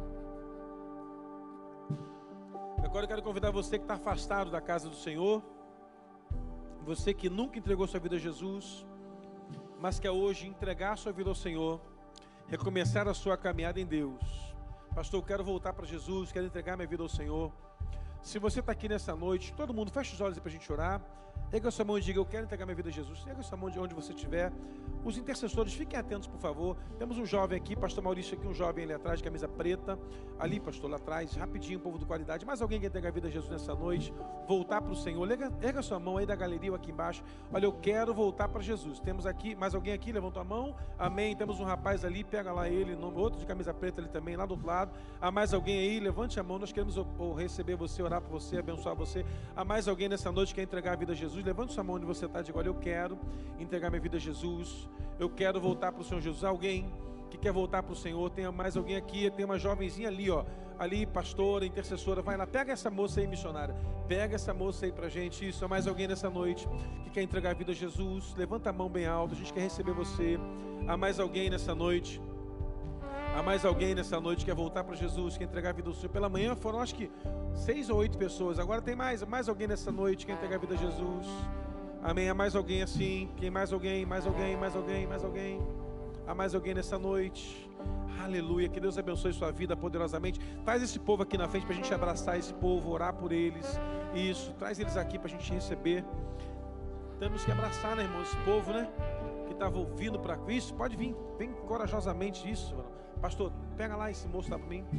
Agora eu quero convidar você que está afastado da casa do Senhor, você que nunca entregou sua vida a Jesus, mas quer hoje entregar sua vida ao Senhor, recomeçar a sua caminhada em Deus. Pastor, eu quero voltar para Jesus, quero entregar minha vida ao Senhor. Se você está aqui nessa noite, todo mundo, feche os olhos para a gente orar. Erga a sua mão e diga: eu quero entregar minha vida a Jesus. Erga a sua mão de onde você estiver. Os intercessores, fiquem atentos, por favor. Temos um jovem aqui, pastor Maurício aqui, um jovem ali atrás, camisa preta. Ali, pastor, lá atrás, rapidinho, povo de qualidade. Mais alguém quer entregar a vida a Jesus nessa noite? Voltar para o Senhor. Erga, erga a sua mão aí da galeria ou aqui embaixo. Olha, eu quero voltar para Jesus. Temos aqui, mais alguém aqui? Levanta a mão. Amém. Temos um rapaz ali, pega lá ele, outro de camisa preta ali também, lá do outro lado. Há mais alguém aí? Levante a mão. Nós queremos receber você, orar por você, abençoar você. Há mais alguém nessa noite que quer entregar a vida a Jesus? Levante sua mão onde você está e diga: olha, eu quero entregar minha vida a Jesus. Eu quero voltar para o Senhor Jesus. Alguém que quer voltar para o Senhor? Tem mais alguém aqui? Tem uma jovenzinha ali, ó. Ali, pastora, intercessora, vai lá, pega essa moça aí, missionária. Pega essa moça aí pra gente. Isso, há mais alguém nessa noite que quer entregar a vida a Jesus? Levanta a mão bem alto, a gente quer receber você. Há mais alguém nessa noite? Há mais alguém nessa noite que quer voltar para Jesus, quer entregar a vida ao Senhor? Pela manhã foram, acho que, seis ou oito pessoas. Agora tem mais, mais alguém nessa noite que quer entregar a vida a Jesus? Amém. Há mais alguém assim? Quem mais alguém? Mais alguém? Mais alguém? Mais alguém? Há mais alguém nessa noite? Aleluia. Que Deus abençoe sua vida poderosamente. Traz esse povo aqui na frente para a gente abraçar esse povo, orar por eles. Isso. Traz eles aqui para a gente receber. Temos que abraçar, né, irmão? Esse povo, né? Que estava ouvindo para isso. Pode vir. Vem corajosamente isso. Mano. Pastor, pega lá esse moço lá para mim.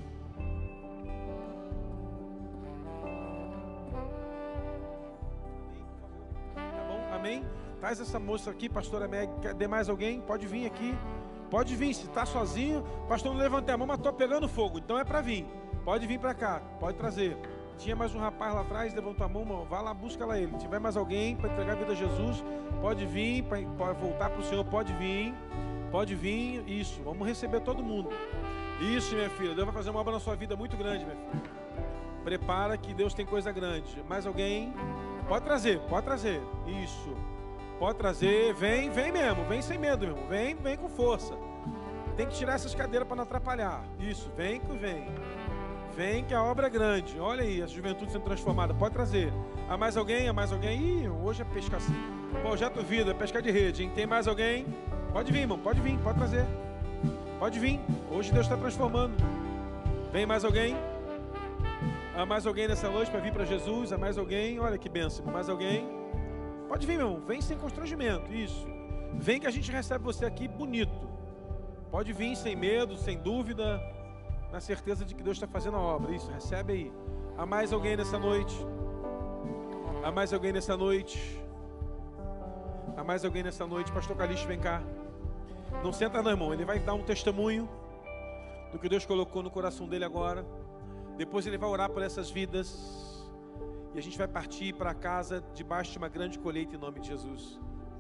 Amém? Traz essa moça aqui, pastora Meg. Quer mais alguém? Pode vir aqui. Pode vir. Se está sozinho, pastor, não levantei a mão, mas estou pegando fogo. Então é para vir. Pode vir para cá. Pode trazer. Tinha mais um rapaz lá atrás, levantou a mão, mão. Vai lá, busca lá ele. Se tiver mais alguém para entregar a vida a Jesus, pode vir, para voltar para o Senhor, pode vir. Pode vir. Isso. Vamos receber todo mundo. Isso, minha filha. Deus vai fazer uma obra na sua vida muito grande, minha filha. Prepara que Deus tem coisa grande. Mais alguém? Pode trazer, pode trazer. Isso. Pode trazer. Vem, vem mesmo. Vem sem medo, meu irmão. Vem, vem com força. Tem que tirar essas cadeiras para não atrapalhar. Isso. Vem que vem. Vem que a obra é grande. Olha aí, a juventude sendo transformada. Pode trazer. Há mais alguém? Há mais alguém? Ih, hoje é pescar. Projeto Vida, é pescar de rede, hein? Tem mais alguém? Pode vir, irmão. Pode vir, pode trazer. Pode vir. Hoje Deus está transformando. Vem mais alguém? Há mais alguém nessa noite para vir para Jesus? Há mais alguém? Olha que bênção. Mais alguém? Pode vir, meu irmão. Vem sem constrangimento. Isso. Vem que a gente recebe você aqui bonito. Pode vir sem medo, sem dúvida, na certeza de que Deus está fazendo a obra. Isso, recebe aí. Há mais alguém nessa noite? Há mais alguém nessa noite? Há mais alguém nessa noite? Pastor Calixto, vem cá. Não senta não, irmão. Ele vai dar um testemunho do que Deus colocou no coração dele agora. Depois ele vai orar por essas vidas. E a gente vai partir para casa debaixo de uma grande colheita em nome de Jesus.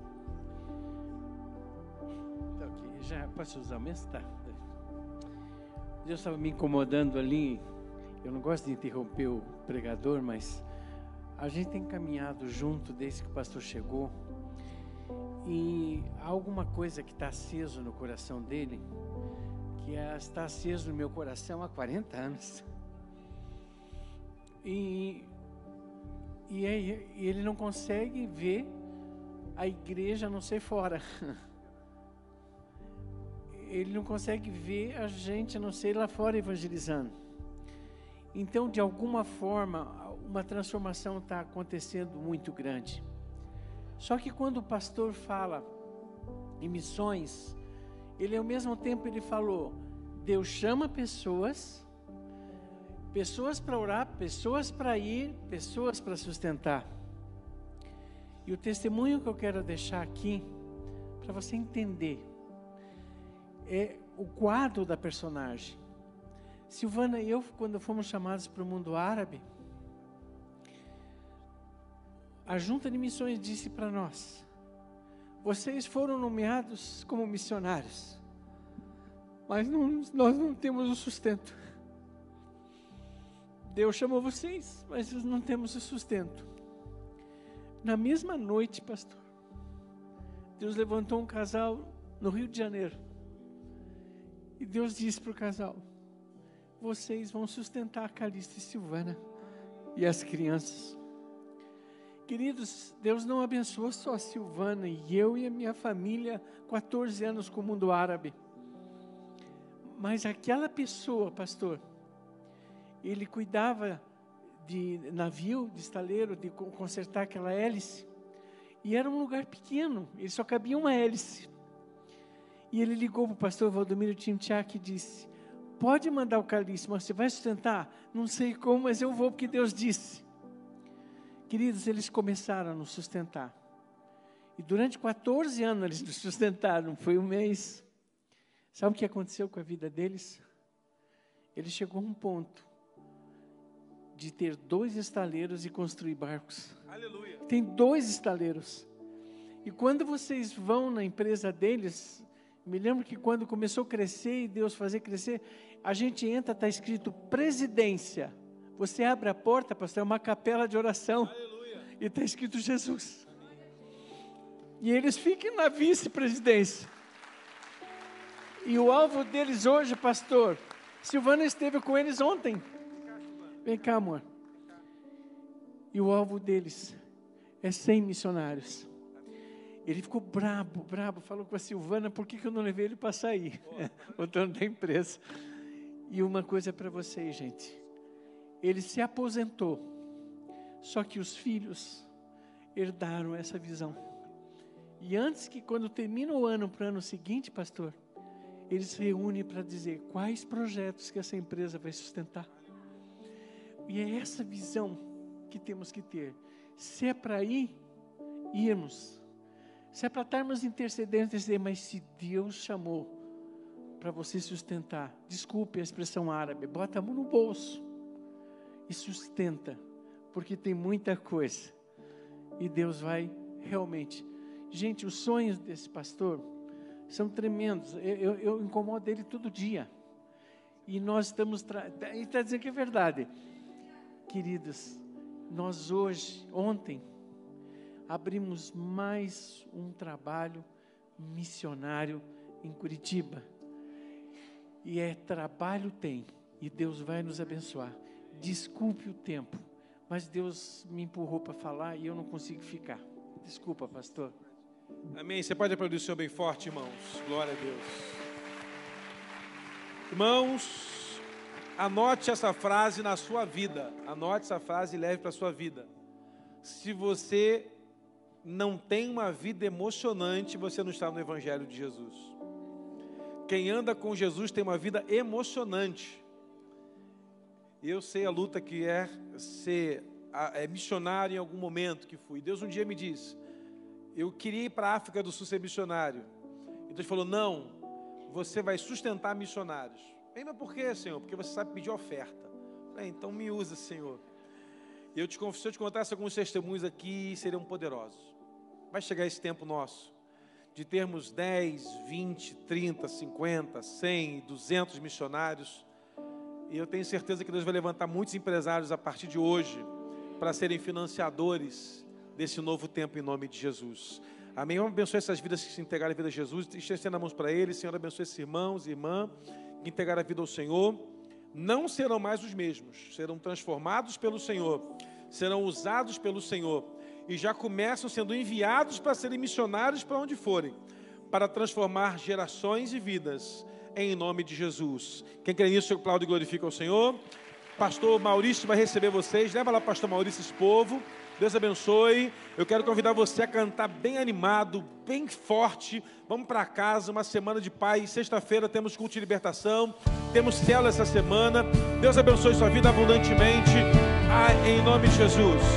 Tá ok. Já posso usar o mesmo? Tá. Deus estava me incomodando ali Eu não gosto de interromper o pregador, mas a gente tem caminhado junto desde que o pastor chegou. E há alguma coisa que está aceso no coração dele, que é, está aceso no meu coração há quarenta anos. E, e, é, e ele não consegue ver a igreja a não ser fora. Ele não consegue ver a gente a não ser lá fora evangelizando. Então, de alguma forma, uma transformação está acontecendo muito grande. Só que quando o pastor fala em missões, ele ao mesmo tempo ele falou, Deus chama pessoas, pessoas para orar, pessoas para ir, pessoas para sustentar. E o testemunho que eu quero deixar aqui, para você entender, é o quadro da personagem. Silvana e eu, quando fomos chamados para o mundo árabe, a junta de missões disse para nós, vocês foram nomeados como missionários, mas não, nós não temos o sustento. Deus chamou vocês, mas não temos o sustento. Na mesma noite, pastor, Deus levantou um casal no Rio de Janeiro. E Deus disse para o casal, vocês vão sustentar a Calista e Silvana e as crianças. Queridos, Deus não abençoou só a Silvana e eu e a minha família, quatorze anos com o mundo árabe. Mas aquela pessoa, pastor, ele cuidava de navio, de estaleiro, de consertar aquela hélice. E era um lugar pequeno, ele só cabia uma hélice. E ele ligou para o pastor Valdomiro Timchak e disse, pode mandar o Calista, mas você vai sustentar? Não sei como, mas eu vou porque Deus disse. Queridos, eles começaram a nos sustentar. E durante quatorze anos eles nos sustentaram, foi um mês. Sabe o que aconteceu com a vida deles? Ele chegou a um ponto de ter dois estaleiros e construir barcos. Aleluia. Tem dois estaleiros. E quando vocês vão na empresa deles, me lembro que quando começou a crescer e Deus fazer crescer, a gente entra, está escrito presidência. Você abre a porta, pastor, é uma capela de oração. Aleluia. E está escrito Jesus. E eles ficam na vice-presidência. E o alvo deles hoje, pastor, Silvana esteve com eles ontem. Vem cá, amor. E o alvo deles é cem missionários. Ele ficou brabo, brabo, falou com a Silvana, por que, que eu não levei ele para sair? O dono da empresa. E uma coisa para vocês, gente. Ele se aposentou, só que os filhos herdaram essa visão. E antes que, quando termina o ano para o ano seguinte, pastor, eles se reúnem para dizer quais projetos que essa empresa vai sustentar. E é essa visão que temos que ter. Se é para ir, irmos. Se é para estarmos intercedendo, interceder, mas se Deus chamou para você sustentar, desculpe a expressão árabe, bota a mão no bolso e sustenta, porque tem muita coisa. E Deus vai realmente. Gente, os sonhos desse pastor são tremendos. Eu, eu, eu incomodo ele todo dia. E nós estamos... Tra... Ele está dizendo que é verdade. Queridos, nós hoje, ontem, abrimos mais um trabalho missionário em Curitiba. E é trabalho tem. E Deus vai nos abençoar. Desculpe o tempo. Mas Deus me empurrou para falar e eu não consigo ficar. Desculpa, pastor. Amém. Você pode aplaudir o Senhor bem forte, irmãos. Glória a Deus. Irmãos, anote essa frase na sua vida. Anote essa frase e leve para a sua vida. Se você não tem uma vida emocionante, você não está no Evangelho de Jesus. Quem anda com Jesus tem uma vida emocionante. Eu sei a luta que é ser é, missionário em algum momento que fui. Deus um dia me disse, eu queria ir para a África do Sul ser missionário. E Deus falou, não, você vai sustentar missionários. Bem, mas por quê, Senhor? Porque você sabe pedir oferta. Falei, então me usa, Senhor. E eu te confesso, se eu te contasse alguns testemunhos aqui, seriam poderosos. Vai chegar esse tempo nosso, de termos dez, vinte, trinta, cinquenta, cem, duzentos missionários. E eu tenho certeza que Deus vai levantar muitos empresários a partir de hoje para serem financiadores desse novo tempo em nome de Jesus. Amém? Vamos abençoar essas vidas que se integraram à vida de Jesus. Estenda as mãos para eles. Senhor, abençoe esses irmãos e irmã que integraram a vida ao Senhor. Não serão mais os mesmos. Serão transformados pelo Senhor. Serão usados pelo Senhor. E já começam sendo enviados para serem missionários para onde forem. Para transformar gerações e vidas. Em nome de Jesus. Quem crê nisso, aplaude e glorifica ao Senhor. Pastor Maurício vai receber vocês. Leva lá, pastor Maurício, esse povo. Deus abençoe. Eu quero convidar você a cantar bem animado, bem forte. Vamos para casa, uma semana de paz. Sexta-feira temos culto de libertação. Temos célula essa semana. Deus abençoe sua vida abundantemente. Ah, em nome de Jesus.